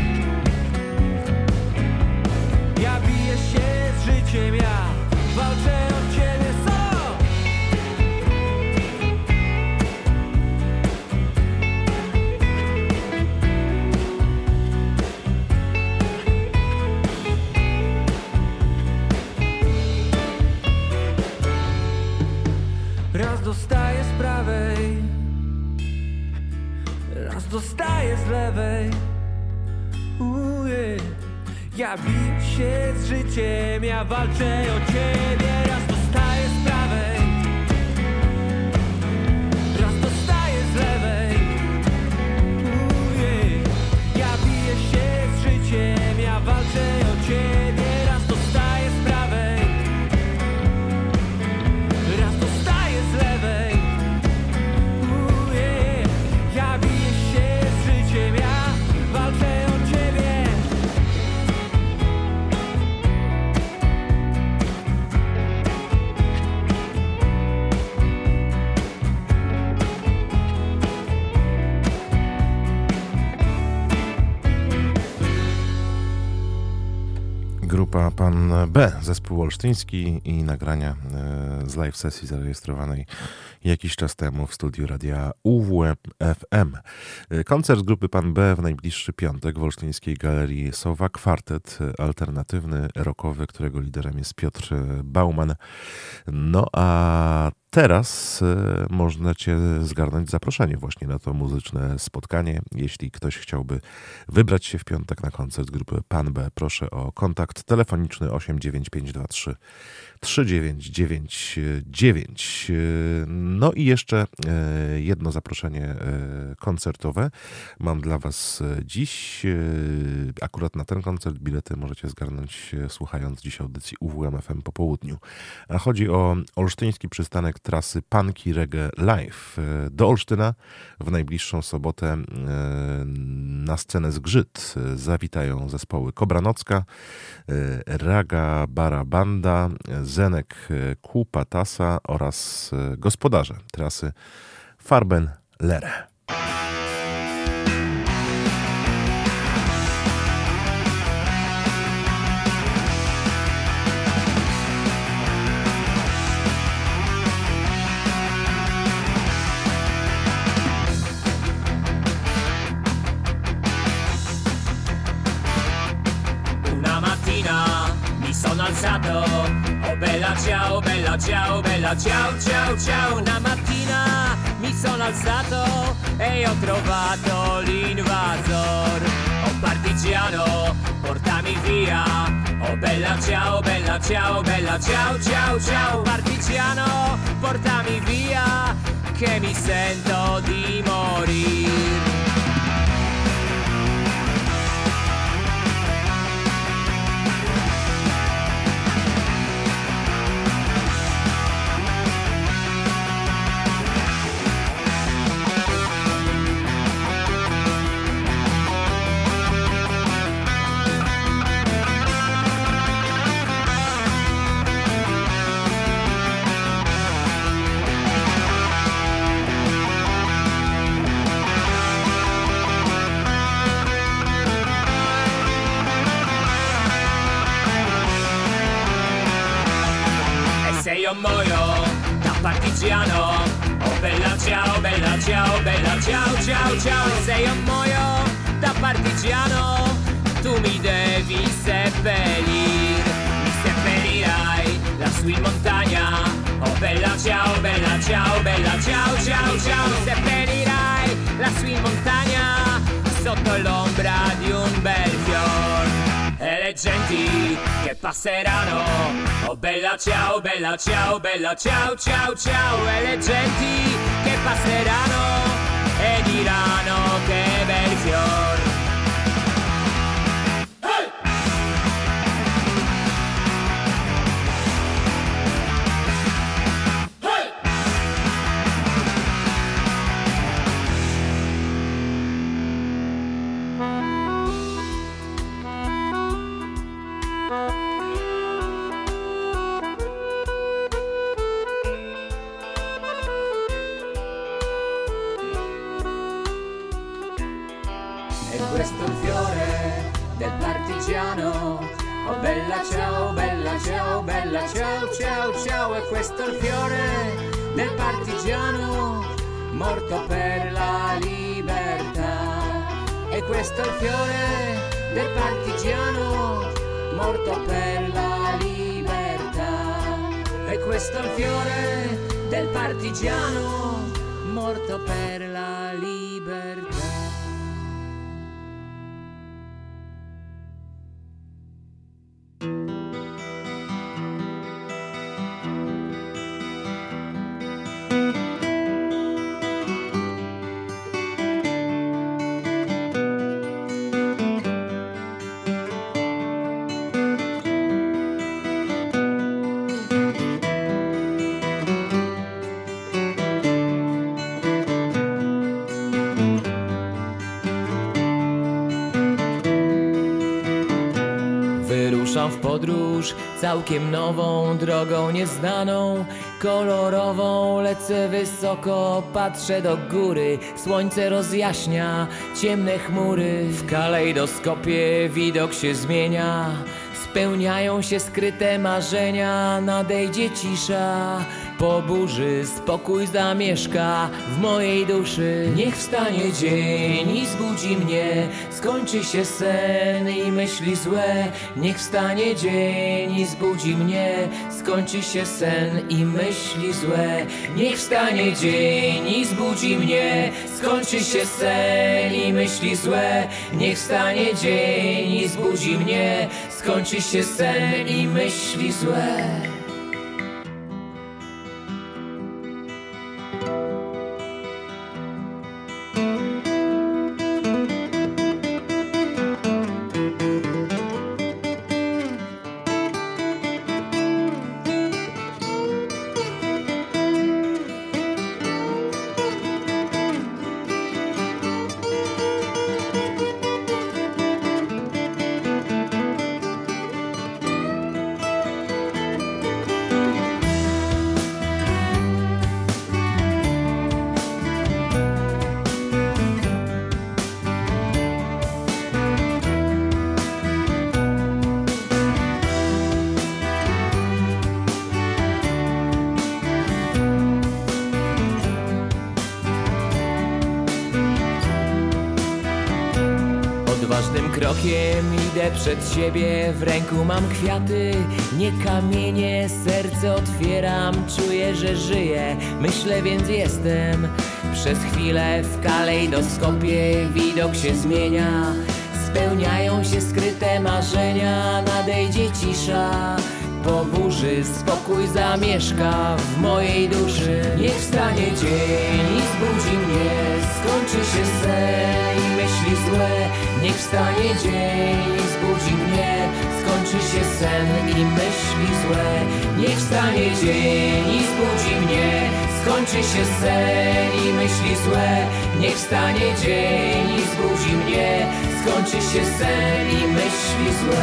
Ja biję się z życiem, ja walczę o ciebie. Co? Raz dostaję z prawej, raz dostaję z lewej. Uje. Ja biję się z życiem, ja walczę o ciebie. Raz dostaję z prawej, raz dostaję z lewej. Uje. Ja biję się z życiem, ja walczę o ciebie. Raz dostaję z prawej, raz dostaję z lewej. Uje. Ja biję się z życiem, ja walczę o ciebie.
Grupa Pan B, zespół olsztyński i nagrania e, z live sesji zarejestrowanej jakiś czas temu w studiu radia U W M F M. E, Koncert grupy Pan B w najbliższy piątek w olsztyńskiej galerii Sowa. Kwartet alternatywny, rockowy, którego liderem jest Piotr Bauman. No a teraz e, możecie zgarnąć zaproszenie właśnie na to muzyczne spotkanie. Jeśli ktoś chciałby wybrać się w piątek na koncert grupy Pan B, proszę o kontakt telefoniczny osiem dziewięć pięć dwa trzy trzy dziewięć dziewięć dziewięć. No i jeszcze e, jedno zaproszenie e, koncertowe mam dla was dziś. E, Akurat na ten koncert bilety możecie zgarnąć e, słuchając dziś audycji U W M F M po południu. A chodzi o olsztyński przystanek trasy Punky Reggae Live. E, Do Olsztyna w najbliższą sobotę e, na scenę Zgrzyt zawitają zespoły Kobranocka, e, Raga Bara Banda, Zenek Kupatasa oraz gospodarze trasy Farben Lere.
Una mattina mi sono alzato, oh bella ciao, bella ciao, bella ciao, ciao, ciao. Una mattina mi sono alzato e ho trovato l'invasor. Oh partigiano, portami via, oh bella ciao, bella ciao, bella ciao, ciao, ciao. Partigiano, portami via, che mi sento di morire. io muoio da partigiano. Oh bella ciao, bella ciao, bella ciao, ciao, ciao. E se io muoio da partigiano, tu mi devi seppellir, mi seppellirai lassù in montagna. Oh bella ciao, bella ciao, bella ciao, ciao, ciao. Mi seppellirai lassù in montagna, sotto l'ombra di un bel fior. E le genti che passeranno, oh bella ciao, bella ciao, bella ciao, ciao, ciao. E le genti che passeranno e diranno che bel fior.
Questo è il fiore del partigiano. Oh bella ciao, bella ciao, bella ciao, ciao, ciao. E questo è il fiore del partigiano morto per la libertà. E questo è il fiore del partigiano morto per la libertà. E questo è il fiore del partigiano morto per la libertà.
Wyruszam w podróż całkiem nową, drogą nieznaną, kolorową. Lecę wysoko, patrzę do góry, słońce rozjaśnia ciemne chmury. W kalejdoskopie widok się zmienia, spełniają się skryte marzenia. Nadejdzie cisza, po burzy spokój zamieszka w mojej duszy. Niech wstanie dzień i zbudzi mnie, skończy się sen i myśli złe. Niech wstanie dzień i zbudzi mnie, skończy się sen i myśli złe. Niech wstanie dzień i zbudzi mnie, skończy się sen i myśli złe. Niech wstanie dzień i zbudzi mnie, skończy się sen i myśli złe. Odważnym krokiem idę przed siebie, w ręku mam kwiaty, nie kamienie, serce otwieram, czuję, że żyję, myślę, więc jestem. Przez chwilę w kalejdoskopie widok się zmienia, spełniają się skryte marzenia, nadejdzie cisza. Po burzy spokój zamieszka w mojej duszy. Niech wstanie dzień i zbudzi mnie, skończy się sen i myśli złe. Niech wstanie dzień i zbudzi mnie, skończy się sen i myśli złe. Niech wstanie dzień i zbudzi mnie, skończy się sen i myśli złe. Niech wstanie dzień i zbudzi mnie, skończy się sen i myśli złe.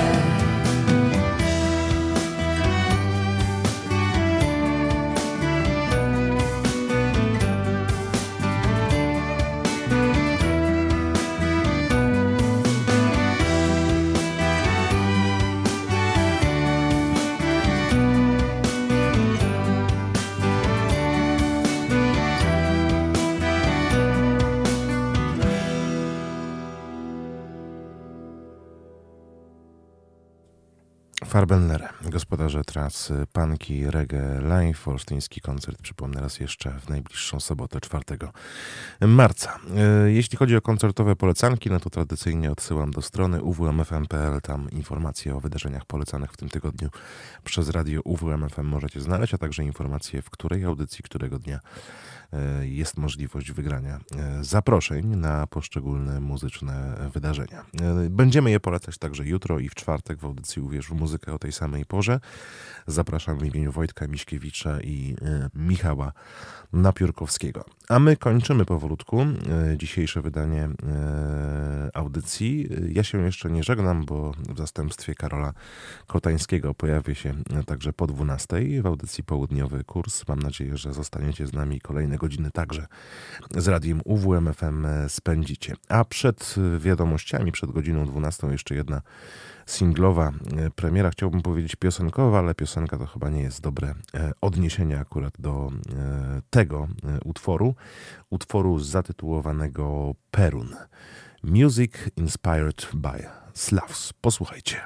Farbenler, gospodarze trasy Punky Reggae Live, olsztyński koncert, przypomnę raz jeszcze, w najbliższą sobotę, czwartego marca. Jeśli chodzi o koncertowe polecanki, no to tradycyjnie odsyłam do strony u w m f m kropka p l, tam informacje o wydarzeniach polecanych w tym tygodniu przez radio U W M F M możecie znaleźć, a także informacje, w której audycji, którego dnia jest możliwość wygrania zaproszeń na poszczególne muzyczne wydarzenia. Będziemy je polecać także jutro i w czwartek w audycji Uwierz w muzykę o tej samej porze. Zapraszam w imieniu Wojtka Miśkiewicza i Michała Napiórkowskiego. A my kończymy powolutku dzisiejsze wydanie audycji. Ja się jeszcze nie żegnam, bo w zastępstwie Karola Kotańskiego pojawię się także po dwunastej w audycji Południowy Kurs. Mam nadzieję, że zostaniecie z nami kolejne godziny także z radiem U W M F M spędzicie. A przed wiadomościami, przed godziną dwunastą jeszcze jedna singlowa premiera, chciałbym powiedzieć piosenkowa, ale piosenka to chyba nie jest dobre odniesienie akurat do tego utworu, utworu zatytułowanego Perun. Music inspired by Slavs. Posłuchajcie.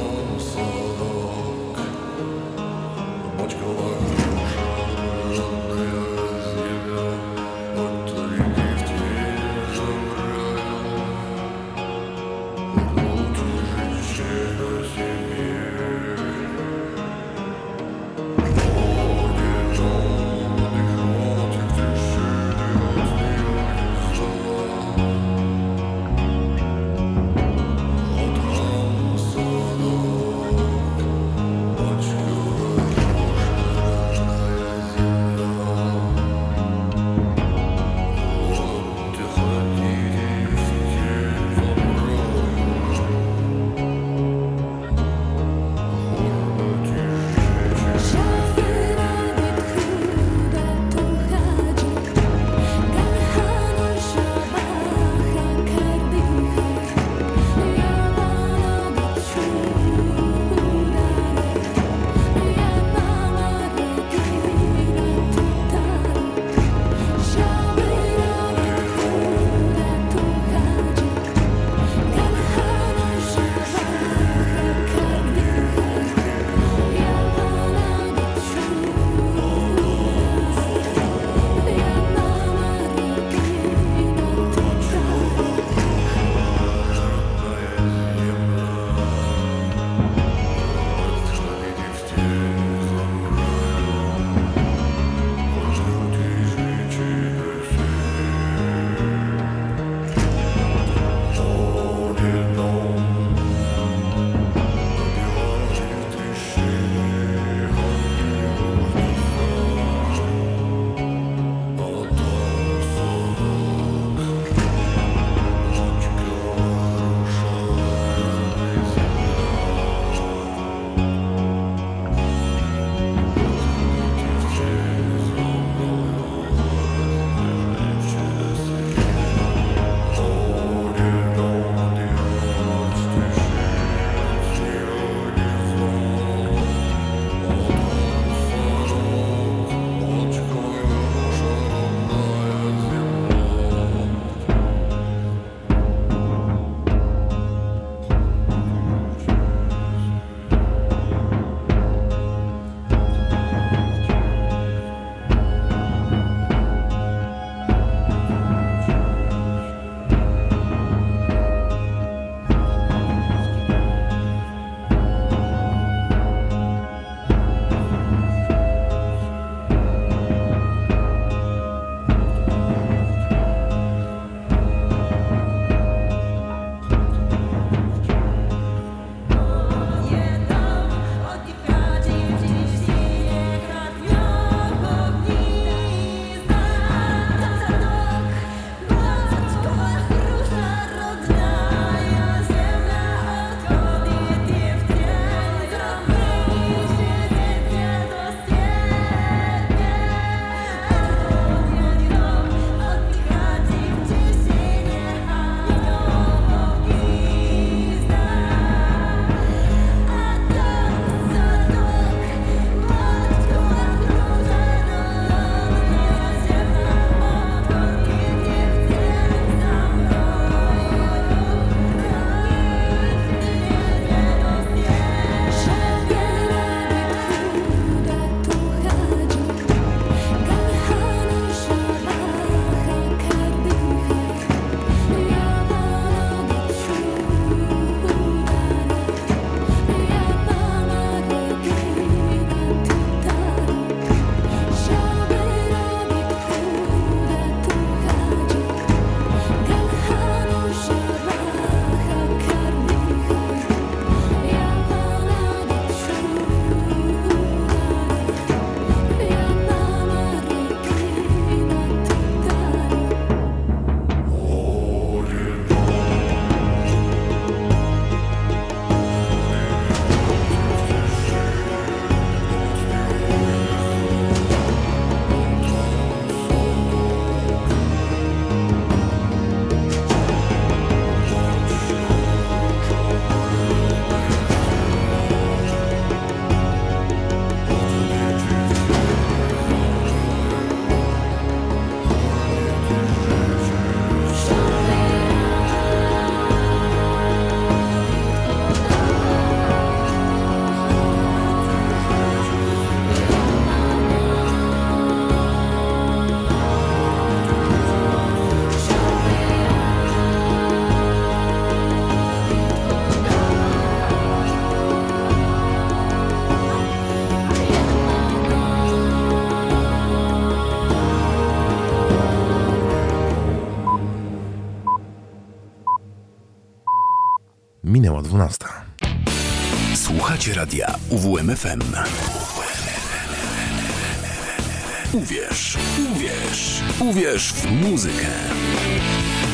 Bądź goła,
minęła dwunasta.
Słuchacie radia U W M F M. Uwierz, uwierz, uwierz w muzykę.